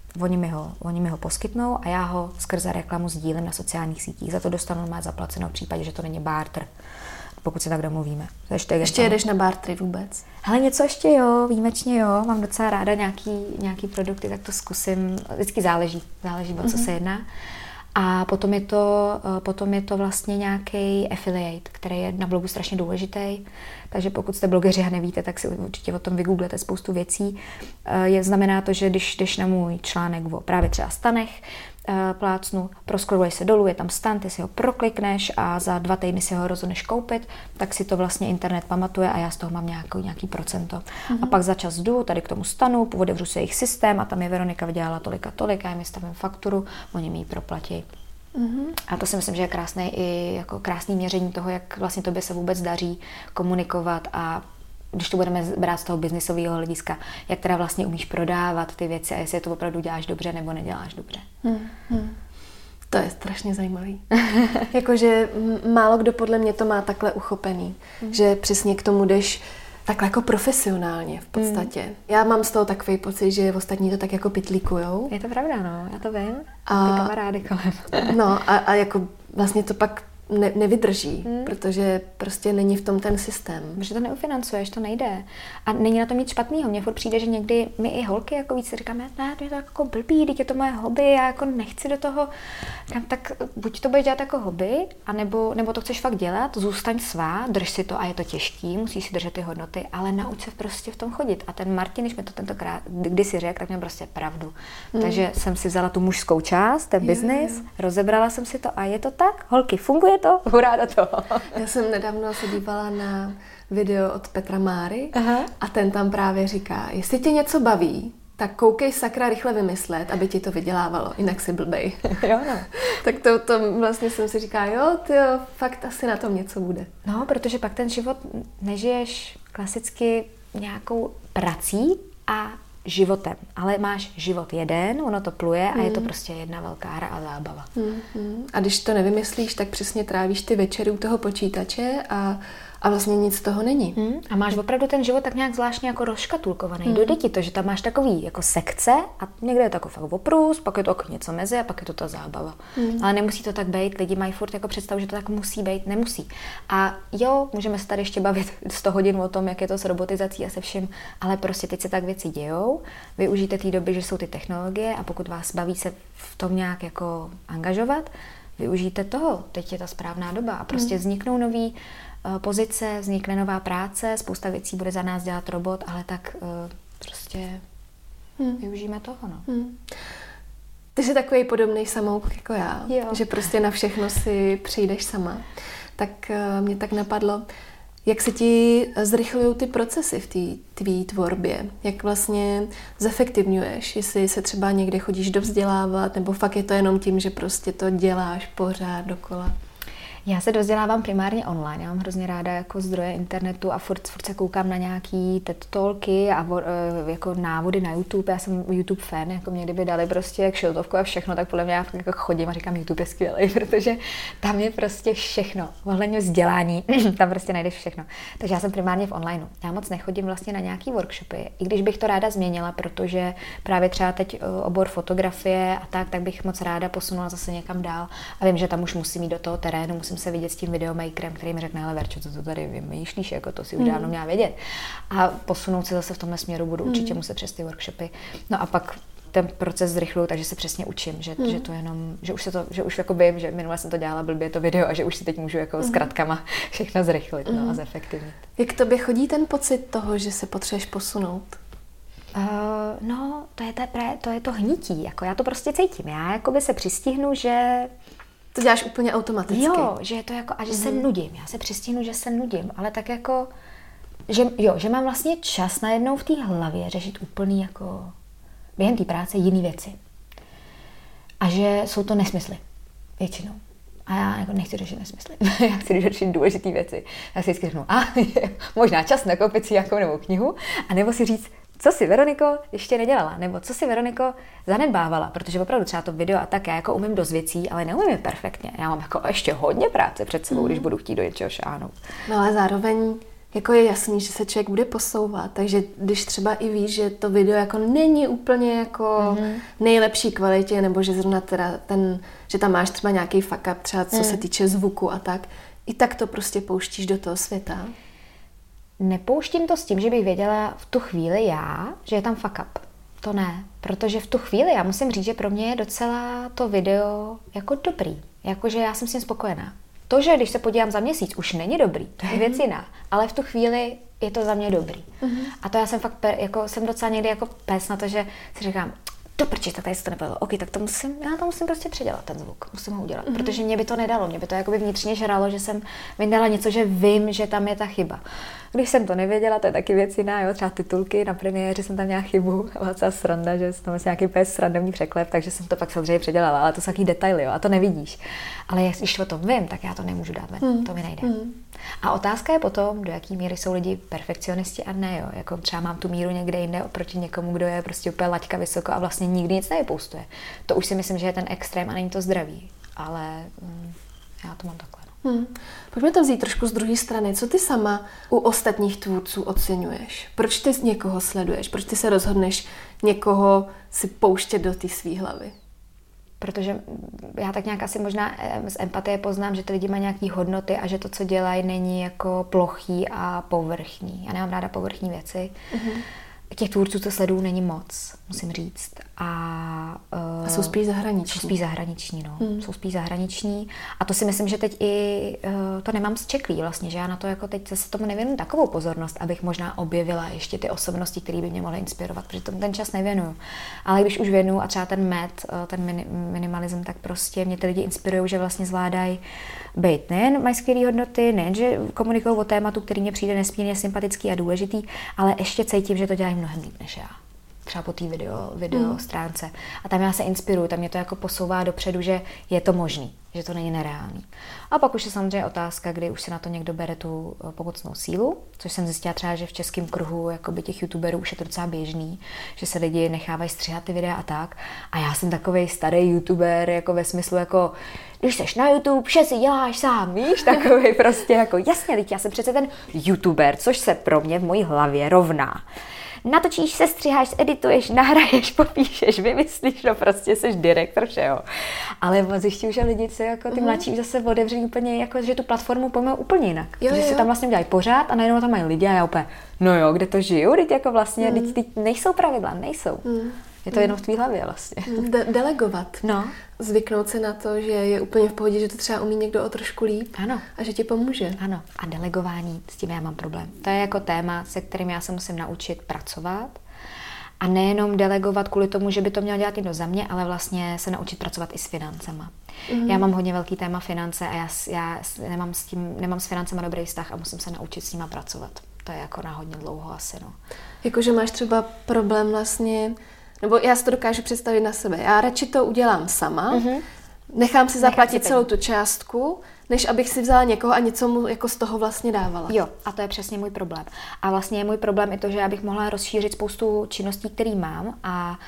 oni mi ho poskytnou a já ho skrze reklamu sdílím na sociálních sítích, za to dostanu má zaplaceno v případě, že to není barter. Pokud se tak domluvíme. Ještě jedeš na bartery vůbec? Hele, něco ještě jo, výjimečně jo. Mám docela ráda nějaký produkty, tak to zkusím. Vždycky záleží o co se jedná. A potom je to vlastně nějaký affiliate, který je na blogu strašně důležitý. Takže pokud jste blogeři a nevíte, tak si určitě o tom vygooglete spoustu věcí. Znamená to, že když jdeš na můj článek o právě třeba stanech, plácnu, proskroluješ se dolů, je tam stan, ty si ho proklikneš a za 2 týdny si ho rozhodneš koupit, tak si to vlastně internet pamatuje a já z toho mám nějaký procento. A pak za čas jdu tady k tomu stanu, otevřu si jejich systém a tam je Veronika vydělala tolik a tolik a já mi stavím fakturu, oni mi ji proplatí. A to si myslím, že je krásný měření toho, jak vlastně tobě se vůbec daří komunikovat a když to budeme brát z toho biznisového hlediska, jak teda vlastně umíš prodávat ty věci a jestli to opravdu děláš dobře nebo neděláš dobře. To je strašně zajímavý. Jakože málo kdo podle mě to má takhle uchopený, že přesně k tomu jdeš takhle jako profesionálně v podstatě. Já mám z toho takový pocit, že ostatní to tak jako pitlíkujou. Je to pravda, no, já to vím. Ty kamarády kolem. No a jako vlastně to pak nevydrží, protože prostě není v tom ten systém. Protože to neufinancuješ, to nejde. A není na tom nic špatného. Mně furt přijde, že někdy my i holky jako víc říkáme, ne, to je to jako blbý, teď je to moje hobby, já jako nechci do toho. Říkám, tak buď to budeš dělat jako hobby, nebo to chceš fakt dělat, zůstaň svá, drž si to a je to těžký, musíš si držet ty hodnoty, ale nauč se prostě v tom chodit. A ten Martin, když mi to tentokrát kdysi řekl, tak měl prostě pravdu. Takže jsem si vzala tu mužskou část, ten biznis, rozebrala jsem si to a je to tak, holky, funguje to, hurá do toho. Já jsem nedávno se dívala na video od Petra Máry a ten tam právě říká, jestli tě něco baví, tak koukej sakra rychle vymyslet, aby ti to vydělávalo, jinak si blbej. Jo, no. Tak to vlastně jsem si říká, jo, fakt asi na tom něco bude. No, protože pak ten život nežiješ klasicky nějakou prací a životem, ale máš život jeden, ono to pluje a je to prostě jedna velká hra a zábava. A když to nevymyslíš, tak přesně trávíš ty večery u toho počítače a vlastně nic z toho není. A máš opravdu ten život tak nějak zvláštně jako rozškatulkovaný. Dojde ti to, že tam máš takový jako sekce a někde je to jako fakt oprus, pak je to jako něco mezi a pak je to ta zábava. Ale nemusí to tak být, lidi mají furt jako představu, že to tak musí být, nemusí. A jo, můžeme se tady ještě bavit 100 hodin o tom, jak je to s robotizací a se vším, ale prostě teď se tak věci dějou. Využijte té doby, že jsou ty technologie a pokud vás baví se v tom nějak jako angažovat, využijte toho. Teď je ta správná doba a prostě vzniknou nový pozice, vznikne nová práce, spousta věcí bude za nás dělat robot, ale tak prostě využijeme toho, no. Ty jsi takový podobný samouk jako já, že prostě na všechno si přijdeš sama. Tak mě tak napadlo, jak se ti zrychlují ty procesy v té tvý tvorbě? Jak vlastně zefektivňuješ? Jestli se třeba někde chodíš dovzdělávat, nebo fakt je to jenom tím, že prostě to děláš pořád dokola? Já se dozdělávám primárně online. Já mám hrozně ráda jako zdroje internetu a furt se koukám na nějaký TED Talky a jako návody na YouTube. Já jsem YouTube fan, jako mě kdyby dali prostě kšiltovku a všechno, tak podle mě já jako chodím a říkám, YouTube je skvělý, protože tam je prostě všechno. Ohledně vzdělání, tam prostě najdeš všechno. Takže já jsem primárně v onlineu. Já moc nechodím vlastně na nějaký workshopy, i když bych to ráda změnila, protože právě třeba teď obor fotografie a tak bych moc ráda posunula zase někam dál. A vím, že tam už musím jít do toho terénu, musím se vidět s tím videomakerem, který mi řekne, hele Verčo, co to tady vymýšlíš, jako to si už dávno měla vědět. A posunout se zase v tomhle směru budu určitě muset přes ty workshopy. No a pak ten proces zrychluju, takže se přesně učím, že to jenom, že už jako vím, že minule jsem to dělala blbě to video a že už si teď můžu jako s kratkama všechno zrychlit, no a zefektivnit. Jak tobě chodí ten pocit toho, že se potřebuješ posunout? No, to je to hnití, jako já to prostě cítím. Já jakoby se přistihnu, že to děláš úplně automaticky. Jo, že je to jako, a že se nudím. Já se přistihnu, že se nudím, ale tak jako, že mám vlastně čas najednou v té hlavě řešit úplný jako během té práce jiný věci. A že jsou to nesmysly. Většinou. A já jako nechci řešit nesmysly. Já chci řešit důležité věci. Já si vždycky řeknu, možná čas nakoupit si nějakou novou knihu, anebo si říct, co si Veroniko ještě nedělala, nebo co si Veroniko zanedbávala, protože opravdu třeba to video a tak já jako umím dost věcí, ale neumím je perfektně. Já mám jako ještě hodně práce před sebou, když budu chtít do něčeho šáhnout. No ale zároveň jako je jasný, že se člověk bude posouvat, takže když třeba i víš, že to video jako není úplně jako nejlepší kvalitě, nebo že zrovna teda že tam máš třeba nějaký fuck up, třeba co se týče zvuku a tak, i tak to prostě pouštíš do toho světa. Nepouštím to s tím, že bych věděla v tu chvíli že je tam fuck up. To ne, protože v tu chvíli já musím říct, že pro mě je docela to video jako dobrý. Jakože já jsem s tím spokojená. To, že když se podívám za měsíc, už není dobrý, to je věc jiná. Ale v tu chvíli je to za mě dobrý. A to já jsem fakt, jako jsem docela někdy jako pes na to, že si říkám, do prči, tak tady se to nebylo. OK, tak já to musím prostě předělat, ten zvuk. Musím ho udělat, protože mě by to nedalo. Mě by to jakoby vnitřně žralo, že jsem vyndala něco, že vím, že tam je ta chyba. Když jsem to nevěděla, to je taky věc jiná, jo, třeba titulky na premiéře jsem tam měla chybu, byla celá sranda, že tam vlastně nějaký pes srandovní překlep, takže jsem to pak samozřejmě předělala, ale to jsou taky detaily, jo, a to nevidíš. Ale když o tom vím, tak já to nemůžu dát ven, to mi nejde. A otázka je potom, do jaký míry jsou lidi perfekcionisti a ne, jo, jako třeba mám tu míru někde jinde oproti někomu, kdo je prostě úplně laťka vysoko a vlastně nikdy nic nevypostuje. To už si myslím, že je ten extrém a není to zdravý, ale já to mám takhle. Pojďme to vzít trošku z druhé strany. Co ty sama u ostatních tvůrců oceňuješ? Proč ty někoho sleduješ? Proč ty se rozhodneš někoho si pouštět do té svý hlavy? Protože já tak nějak asi možná z empatie poznám, že ty lidi mají nějaký hodnoty a že to, co dělají, není jako plochý a povrchní. Já nemám ráda povrchní věci. Těch tvůrců, co sleduju, není moc, musím říct. A jsou spíš zahraniční. Jsou spíš zahraniční, no. Jsou spíš zahraniční. A to si myslím, že teď i to nemám zčeklý vlastně, že já na to jako teď se tomu nevěnuju takovou pozornost, abych možná objevila ještě ty osobnosti, které by mě mohly inspirovat, protože tomu ten čas nevěnuju. Ale když už věnuju a třeba ten ten minimalism, tak prostě mě ty lidi inspirují, že vlastně zvládají být nejen mají skvělé hodnoty, nejen, že komunikují o tématu, který mě přijde nesmírně sympatický a důležitý, ale ještě cítím, že to dělají mnohem líp než já. Třeba po té video stránce. A tam já se inspiruju, tam mě to jako posouvá dopředu, že je to možný, že to není nereálný. A pak už je samozřejmě otázka, kdy už se na to někdo bere tu pomocnou sílu, což jsem zjistila třeba, že v českém kruhu jakoby těch youtuberů už je to docela běžný, že se lidi nechávají stříhat ty videa a tak. A já jsem takovej starý youtuber, jako ve smyslu jako když seš na YouTube, vše si děláš sám, víš, takovej prostě jako jasně, teď já jsem přece ten youtuber, což se pro mě v mojí hlavě rovná. Natočíš, sestřiháš, edituješ, nahraješ, popíšeš, vymyslíš, no prostě jsi direktor všeho. Ale zjišťuju, že lidi se jako ty mladší už zase otevřeli úplně, jako, že tu platformu pojmou úplně jinak. Že si tam vlastně dělají pořád a najednou tam mají lidi a já úplně, no jo, kde to žiju, teď jako vlastně, teď nejsou pravidla, nejsou. Je to jenom v tvý hlavě vlastně. Delegovat. No. Zvyknout se na to, že je úplně v pohodě, že to třeba umí někdo o trošku líp. Ano. A že ti pomůže. Ano. A delegování, s tím já mám problém. To je jako téma, se kterým já se musím naučit pracovat. A nejenom delegovat kvůli tomu, že by to měl dělat někdo za mě, ale vlastně se naučit pracovat i s financema. Já mám hodně velký téma finance a já nemám s financema dobrý vztah a musím se naučit s nima pracovat. To je jako na hodně dlouho asi, no. Jakože máš třeba problém vlastně, nebo já si to dokážu představit na sebe. Já radši to udělám sama, nechám si zaplatit celou tu částku, než abych si vzala někoho a něco mu jako z toho vlastně dávala. Jo, a to je přesně můj problém. A vlastně je můj problém i to, že já bych mohla rozšířit spoustu činností, které mám a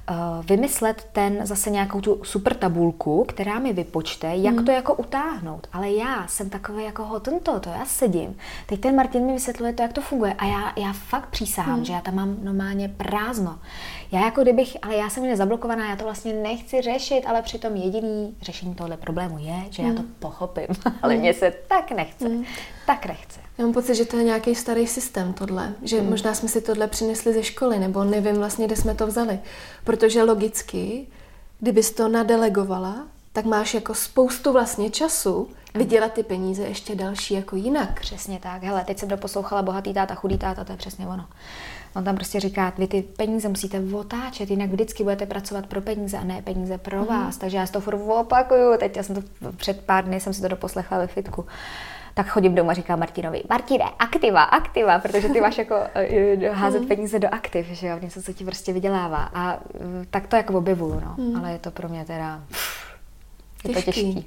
vymyslet zase nějakou tu super tabulku, která mi vypočte, jak to jako utáhnout. Ale já jsem takový jako to já sedím. Teď ten Martin mi vysvětluje to, jak to funguje a já fakt přísahám, že já tam mám normálně prázdno. Já jako ale já jsem nezablokovaná, já to vlastně nechci řešit, ale přitom jediný řešení tohle problému je, že já to pochopím, ale mně se tak nechce. Tak nechce. Já mám pocit, že to je nějaký starý systém tohle, že možná jsme si tohle přinesli ze školy, nebo nevím vlastně, kde jsme to vzali. Protože logicky, kdybys to nadelegovala, tak máš jako spoustu vlastně času vydělat ty peníze ještě další jako jinak. Přesně tak. Hele, teď jsem doposlouchala Bohatý táta, chudý táta, to je přesně ono. On tam prostě říká, vy ty peníze musíte otáčet, jinak vždycky budete pracovat pro peníze a ne peníze pro vás. Takže já si to furt opakuju. Teď já jsem to před pár dny jsem si to doposlechla ve fitku. Tak chodím doma a říkám Martinovi, Martine, aktiva, protože ty máš jako házet peníze do aktiv, že jo, něco, co ti prostě vydělává. A tak to jako objevuju, no. Ale je to pro mě teda je to těžký.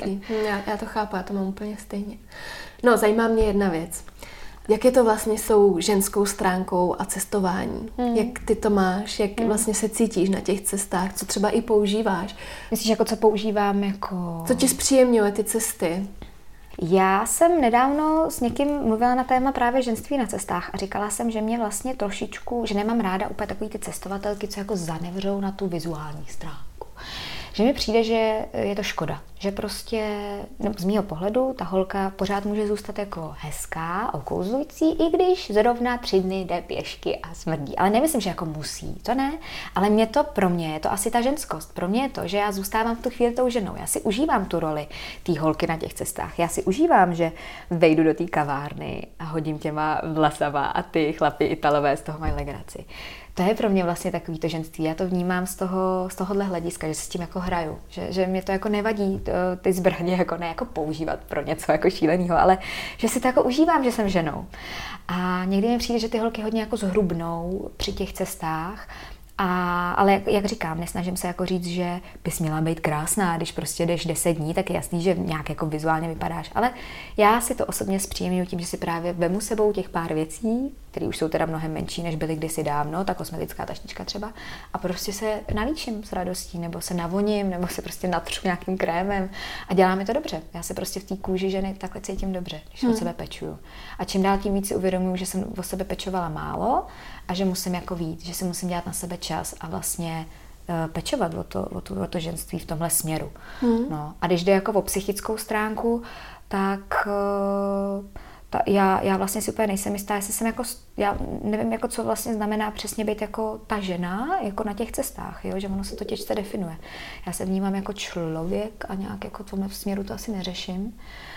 Já to chápu, já to mám úplně stejně. No, zajímá mě jedna věc. Jak je to vlastně s tou ženskou stránkou a cestování? Jak ty to máš? Jak vlastně se cítíš na těch cestách? Co třeba i používáš? Myslíš, jako co používám? Jako... Co ti zpříjemňuje ty cesty? Já jsem nedávno s někým mluvila na téma právě ženství na cestách a říkala jsem, že mě vlastně trošičku, že nemám ráda úplně takový ty cestovatelky, co jako zanevřou na tu vizuální stránku. Že mi přijde, že je to škoda, že prostě z mýho pohledu ta holka pořád může zůstat jako hezká, okouzlující, i když zrovna 3 dny jde pěšky a smrdí. Ale nemyslím, že jako musí, to ne, ale pro mě je to asi ta ženskost. Pro mě je to, že já zůstávám v tu chvíli tou ženou. Já si užívám tu roli té holky na těch cestách. Já si užívám, že vejdu do té kavárny a hodím těma vlasama a ty chlapi Italové z toho mají legraci. To je pro mě vlastně takový to ženství. Já to vnímám z tohohle hlediska, že se s tím jako hraju. Že mě to jako nevadí ty zbraně jako ne jako používat pro něco jako šílenýho, ale že si to jako užívám, že jsem ženou. A někdy mi přijde, že ty holky hodně jako zhrubnou při těch cestách. Ale jak říkám, nesnažím se jako říct, že bys měla být krásná, když prostě jdeš 10 dní, tak je jasný, že nějak jako vizuálně vypadáš. Ale já si to osobně zpříjemňuji tím, že si právě vemu sebou těch pár věcí, které už jsou teda mnohem menší, než byly kdysi dávno, ta kosmetická tašnička třeba, a prostě se nalíčím s radostí, nebo se navoním, nebo se prostě natřu nějakým krémem a dělá mi to dobře. Já se prostě v té kůži ženy takhle cítím dobře, když od sebe pečuju. A čím dál tím víc si uvědomuji, že jsem o sebe pečovala málo a že musím jako víc, že si musím dělat na sebe čas a vlastně pečovat o to ženství v tomhle směru. No. A když jde jako o psychickou stránku, tak já vlastně si úplně nejsem jistá, jestli jsem jako, já nevím, jako co vlastně znamená přesně být jako ta žena, jako na těch cestách, jo? Že ono se to těžce definuje. Já se vnímám jako člověk a nějak jako v tomhle směru to asi neřeším,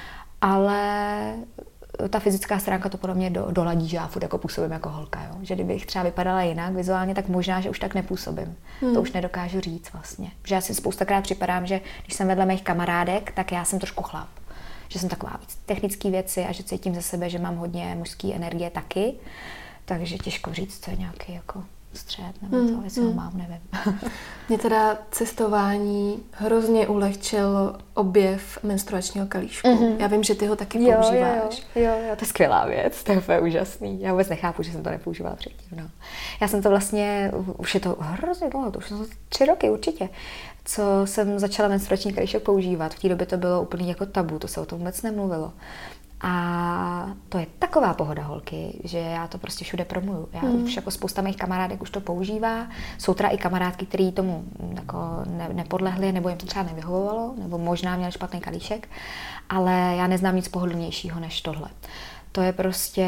ale ta fyzická stránka to podle mě doladí, že já furt jako působím jako holka, jo? Že kdybych třeba vypadala jinak vizuálně, tak možná, že už tak nepůsobím. To už nedokážu říct vlastně. Že já si spoustakrát připadám, že když jsem vedle mých kamarádek, tak já jsem trošku chlap. Že jsem taková víc technické věci a že cítím ze sebe, že mám hodně mužské energie taky. Takže těžko říct, co je nějaký jako střed, nebo co, jestli ho mám, nevím. Mě teda cestování hrozně ulehčilo objev menstruačního kalíšku. Já vím, že ty ho taky používáš. Jo, to je skvělá věc, to je úplně úžasný. Já vůbec nechápu, že jsem to nepoužívala předtím. No. Já jsem to vlastně, už je to hrozně dlouho, to už jsou 3 roky určitě, co jsem začala menstruační kalíšek používat. V té době to bylo úplně jako tabu, to se o tom vůbec nemluvilo. A to je taková pohoda, holky, že já to prostě všude promuju. Já už jako spousta mých kamarádek už to používá. Jsou teda i kamarádky, který tomu jako nepodlehly, nebo jim to třeba nevyhovovalo, nebo možná měli špatný kalíšek, ale já neznám nic pohodlnějšího než tohle. To je prostě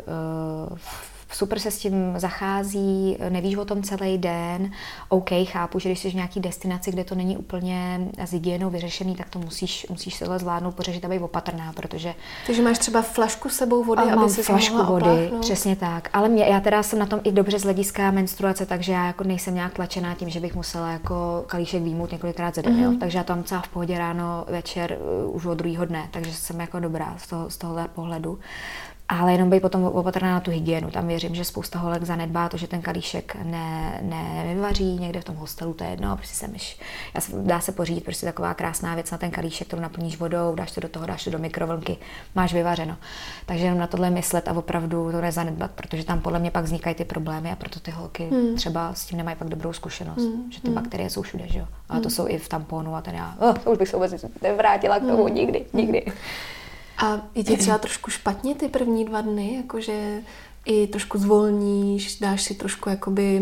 super se s tím zachází, nevíš o tom celý den. OK, chápu, že když jsi v nějaký destinaci, kde to není úplně s hygienou vyřešený, tak to musíš se zvládnout, pořešit a být opatrná, protože... Takže máš třeba flašku s sebou vody, aby si flašku vody, přesně tak. Ale já teda jsem na tom i dobře z hlediska menstruace, takže já jako nejsem nějak tlačená tím, že bych musela jako kalíšek výjmout několikrát za den, jo? Takže já tam celá v pohodě ráno, večer, už od druhého dne, takže jsem jako dobrá z tohohle pohledu. Ale jenom být potom opatrná na tu hygienu. Tam věřím, že spousta holek zanedbá to, že ten kalíšek nevyvaří někde v tom hostelu, to je jedno, prostě dá se pořídit, prostě taková krásná věc na ten kalíšek, kterou naplníš vodou, dáš to do toho, dáš to do mikrovlnky, máš vyvařeno. Takže jenom na tohle myslet a opravdu to nezanedbat, protože tam podle mě pak vznikají ty problémy a proto ty holky třeba s tím nemají pak dobrou zkušenost, že ty bakterie jsou všude, že jo. A to jsou i v tamponu a ten to už bych se vůbec nevrátila k tomu nikdy. A je ti třeba trošku špatně ty první 2 dny, jakože i trošku zvolníš, dáš si trošku jakoby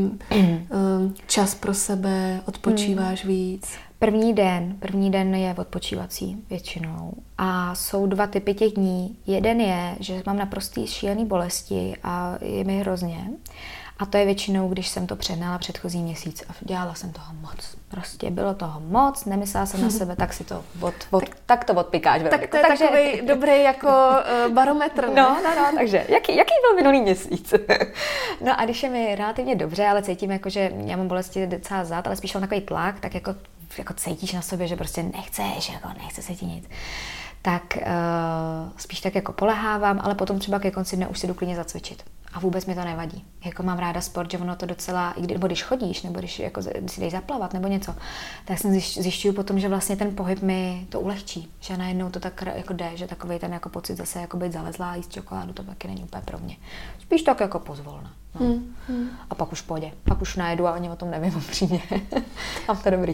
čas pro sebe, odpočíváš víc? První den je odpočívací většinou a jsou 2 typy těch dní. Jeden je, že mám naprostý šílený bolesti a je mi hrozně. A to je většinou, když jsem to předhnala předchozí měsíc a dělala jsem toho moc. Prostě bylo toho moc, nemyslela jsem na sebe, tak si to tak to odpikáš. Tak to je takový dobrý jako barometr. No, takže jaký byl minulý měsíc? No a když je mi relativně dobře, ale cítím jako, že já mám bolesti docela zad, ale spíš mám takový tlak, tak jako cítíš na sobě, že prostě nechce se ti nic. Tak spíš tak jako polehávám, ale potom třeba ke konci dne už si jdu klidně zacvičit. A vůbec mi to nevadí. Jako mám ráda sport, že ono to docela, nebo když chodíš, nebo když jako si jdeš zaplavat, nebo něco, tak jsem zjišťuju potom, že vlastně ten pohyb mi to ulehčí. Že najednou to tak jako jde, že takovej ten jako pocit zase jako být zalezlá, jíst čokoládu, to taky není úplně pro mě. Spíš tak jako pozvolna. No. A pak už v pohodě. Pak už najedu a ani o tom nevím upřímně. Mám to dobrý.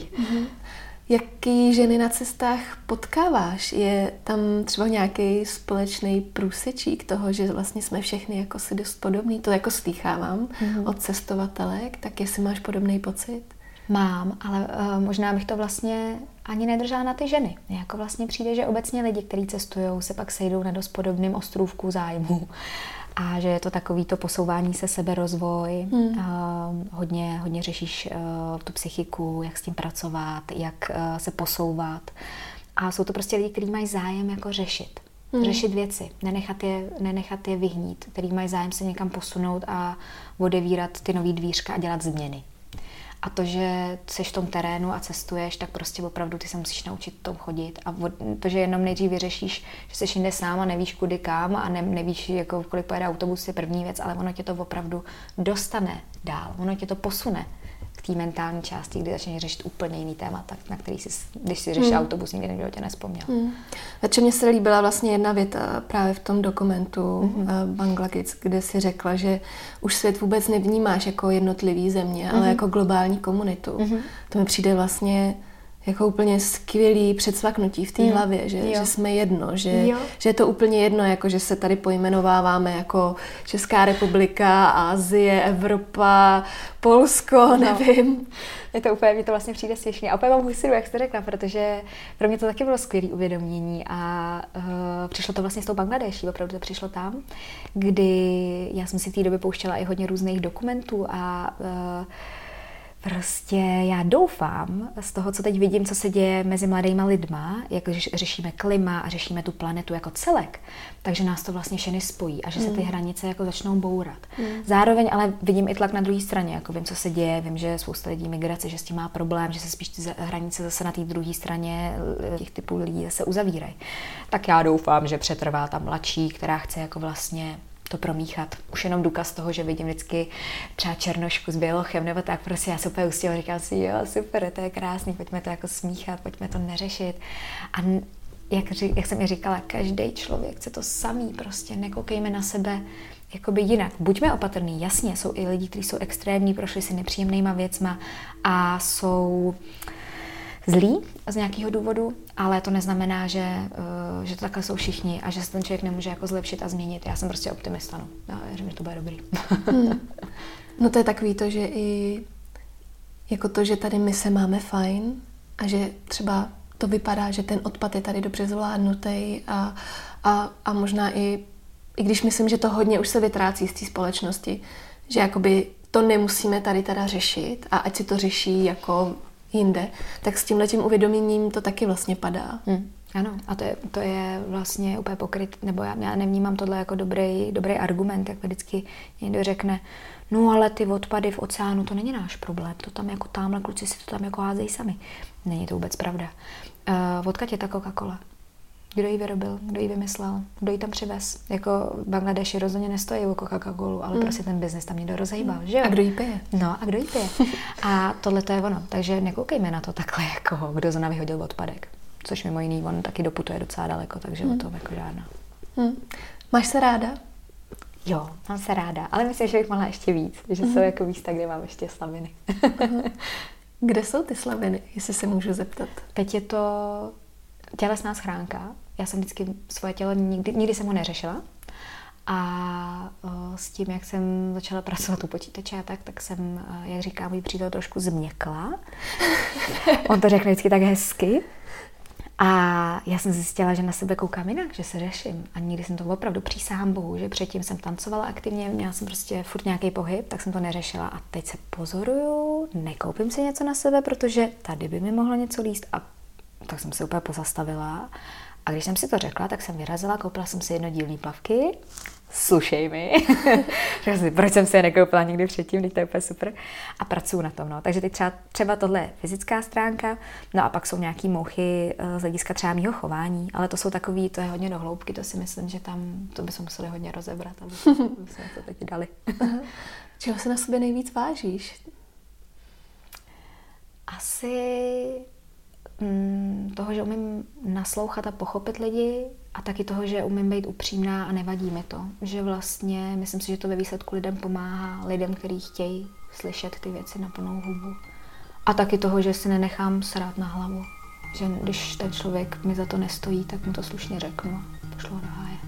Jaký ženy na cestách potkáváš? Je tam třeba nějaký společný průsečík toho, že vlastně jsme všechny jako si dost podobný? To jako slýchávám od cestovatelek, tak jestli máš podobný pocit? Mám, ale možná bych to vlastně ani nedržela na ty ženy. Jako vlastně přijde, že obecně lidi, kteří cestují, se pak sejdou na dost podobným ostrůvku zájmu. A že je to takový to posouvání se, seberozvoj, hodně řešíš tu psychiku, jak s tím pracovat, jak se posouvat. A jsou to prostě lidi, kteří mají zájem jako řešit věci, nenechat je vyhnít, kteří mají zájem se někam posunout a odevírat ty nový dvířka a dělat změny. A to, že jsi v tom terénu a cestuješ, tak prostě opravdu ty se musíš naučit tom chodit. A to, že jenom nejdřív vyřešíš, že jsi jinde sám a nevíš kudy kam a nevíš, jako, kolik pojede autobus, je první věc, ale ono tě to opravdu dostane dál. Ono tě to posune k té mentální části, kdy začneš řešit úplně jiný témata, na který si, když si řešil autobus, nikdy nebylo tě nespomněl. Večer mě se líbila vlastně jedna věta právě v tom dokumentu Bangla Kids, kde si řekla, že už svět vůbec nevnímáš jako jednotlivý země, ale jako globální komunitu. To mi přijde vlastně jako úplně skvělý předsvaknutí v té hlavě, že jsme jedno, že je to úplně jedno, jako že se tady pojmenováváme jako Česká republika, Asie, Evropa, Polsko, nevím. Mě to vlastně přijde směšně. A úplně mám husidu, jak jste řekla, protože pro mě to taky bylo skvělé uvědomění a přišlo to vlastně s tou Bangladeší, opravdu to přišlo tam, kdy já jsem si v té době pouštěla i hodně různých dokumentů a prostě já doufám z toho, co teď vidím, co se děje mezi mladýma lidma, jak řešíme klima a řešíme tu planetu jako celek, takže nás to vlastně všechny spojí a že se ty hranice jako začnou bourat. Zároveň ale vidím i tlak na druhé straně, jako vím, co se děje, vím, že spousta lidí migrace, že s tím má problém, že se spíš ty hranice zase na té druhé straně těch typů lidí zase uzavírají. Tak já doufám, že přetrvá ta mladší, která chce jako vlastně to promíchat. Už jenom důkaz toho, že vidím vždycky třeba černošku s bělochem, nebo tak prostě já se úplně ustěla, říkám si, jo, super, to je krásný, pojďme to jako smíchat, pojďme to neřešit. A jak jsem i říkala, každý člověk chce to samý, prostě nekoukejme na sebe jakoby jinak. Buďme opatrný, jasně, jsou i lidi, kteří jsou extrémní, prošli si nepříjemnýma věcma a jsou zlí z nějakého důvodu, ale to neznamená, že to takhle jsou všichni a že se ten člověk nemůže jako zlepšit a změnit. Já jsem prostě optimista, no. Já věřím, že to bude dobrý. No to je takový to, že i jako to, že tady my se máme fajn a že třeba to vypadá, že ten odpad je tady dobře zvládnutý a možná i když myslím, že to hodně už se vytrácí z té společnosti, že jakoby to nemusíme tady teda řešit a ať si to řeší jako jinde, tak s tímhletím uvědoměním to taky vlastně padá. Ano, a to je vlastně úplně pokryt, nebo já nevnímám tohle jako dobrý argument, jak vždycky někdo řekne, no ale ty odpady v oceánu, to není náš problém, to tam jako tamhle kluci si to tam jako házejí sami. Není to vůbec pravda. Odkud je ta Coca-Cola? Kdo ji vyrobil? Kdo ji vymyslel? Kdo ji tam přivez? Jako Bangladeši rozhodně nestojí o Coca-Colu, ale prostě ten biznis tam někdo rozhejbal, že jo? A kdo ji pije? No, a kdo ji pije? A tohle to je ono. Takže nekoukejme na to takhle, jako kdo zrovna vyhodil odpadek. Což mimo jiný, on taky doputuje docela daleko, takže o tom jako žádná. Máš se ráda? Jo, mám se ráda, ale myslím, že bych mohla ještě víc, že jsou jako místa, kde mám ještě slabiny. Kde jsou ty slabiny, jestli se můžu zeptat? Teď je to tělesná schránka. Já jsem vždycky svoje tělo nikdy jsem ho neřešila. A s tím, jak jsem začala pracovat u počítače a tak jsem, jak říká můj přítel, trošku změkla. On to řekne vždycky tak hezky. A já jsem zjistila, že na sebe koukám jinak, že se řeším. A nikdy jsem to opravdu, přísahám Bohu, že předtím jsem tancovala aktivně, měla jsem prostě furt nějaký pohyb, tak jsem to neřešila. A teď se pozoruju, nekoupím si něco na sebe, protože tady by mi mohlo něco líst. A tak jsem se úplně pozastavila. A když jsem si to řekla, tak jsem vyrazila, koupila jsem si jednodílný plavky. Slušej mi. Proč jsem si je nekoupila nikdy předtím, teď to je úplně super. A pracuji na tom. No. Takže teď třeba tohle je fyzická stránka, no a pak jsou nějaký mouchy z hlediska třeba mýho chování, ale to jsou takový, to je hodně do hloubky, to si myslím, že tam to bychom museli hodně rozebrat, aby jsme to teď dali. Čeho se na sobě nejvíc vážíš? Asi toho, že umím naslouchat a pochopit lidi a taky toho, že umím být upřímná a nevadí mi to. Že vlastně, myslím si, že to ve výsledku lidem pomáhá, lidem, kteří chtějí slyšet ty věci na plnou hubu. A taky toho, že si nenechám srát na hlavu. Že když ten člověk mi za to nestojí, tak mu to slušně řeknu a pošlu ho do háje.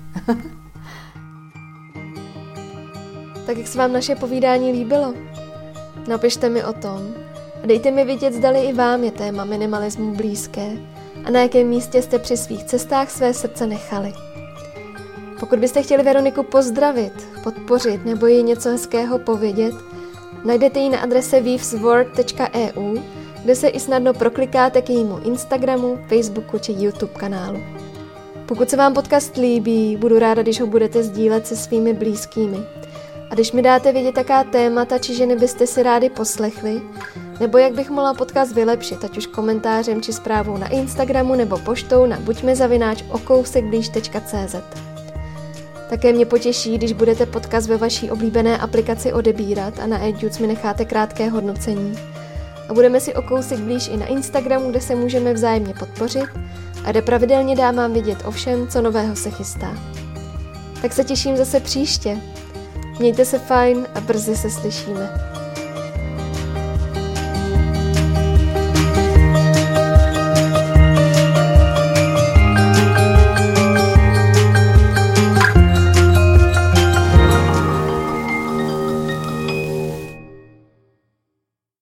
Tak jak se vám naše povídání líbilo? Napište mi o tom. A dejte mi vědět, zdali i vám je téma minimalismu blízké a na jakém místě jste při svých cestách své srdce nechali. Pokud byste chtěli Veroniku pozdravit, podpořit nebo jí něco hezkého povědět, najdete ji na adrese weavesworld.eu, kde se i snadno proklikáte k jejímu Instagramu, Facebooku či YouTube kanálu. Pokud se vám podcast líbí, budu ráda, když ho budete sdílet se svými blízkými. A když mi dáte vědět, jaká témata či ženy byste si rádi poslechli, nebo jak bych mohla podcast vylepšit, ať už komentářem či zprávou na Instagramu nebo poštou na buďme@okousekblíž.cz. Také mě potěší, když budete podcast ve vaší oblíbené aplikaci odebírat a na iTunes mi necháte krátké hodnocení. A budeme si o kousek blíž i na Instagramu, kde se můžeme vzájemně podpořit a kde pravidelně dávám vědět o všem, co nového se chystá. Tak se těším zase příště. Mějte se fajn a brzy se slyšíme.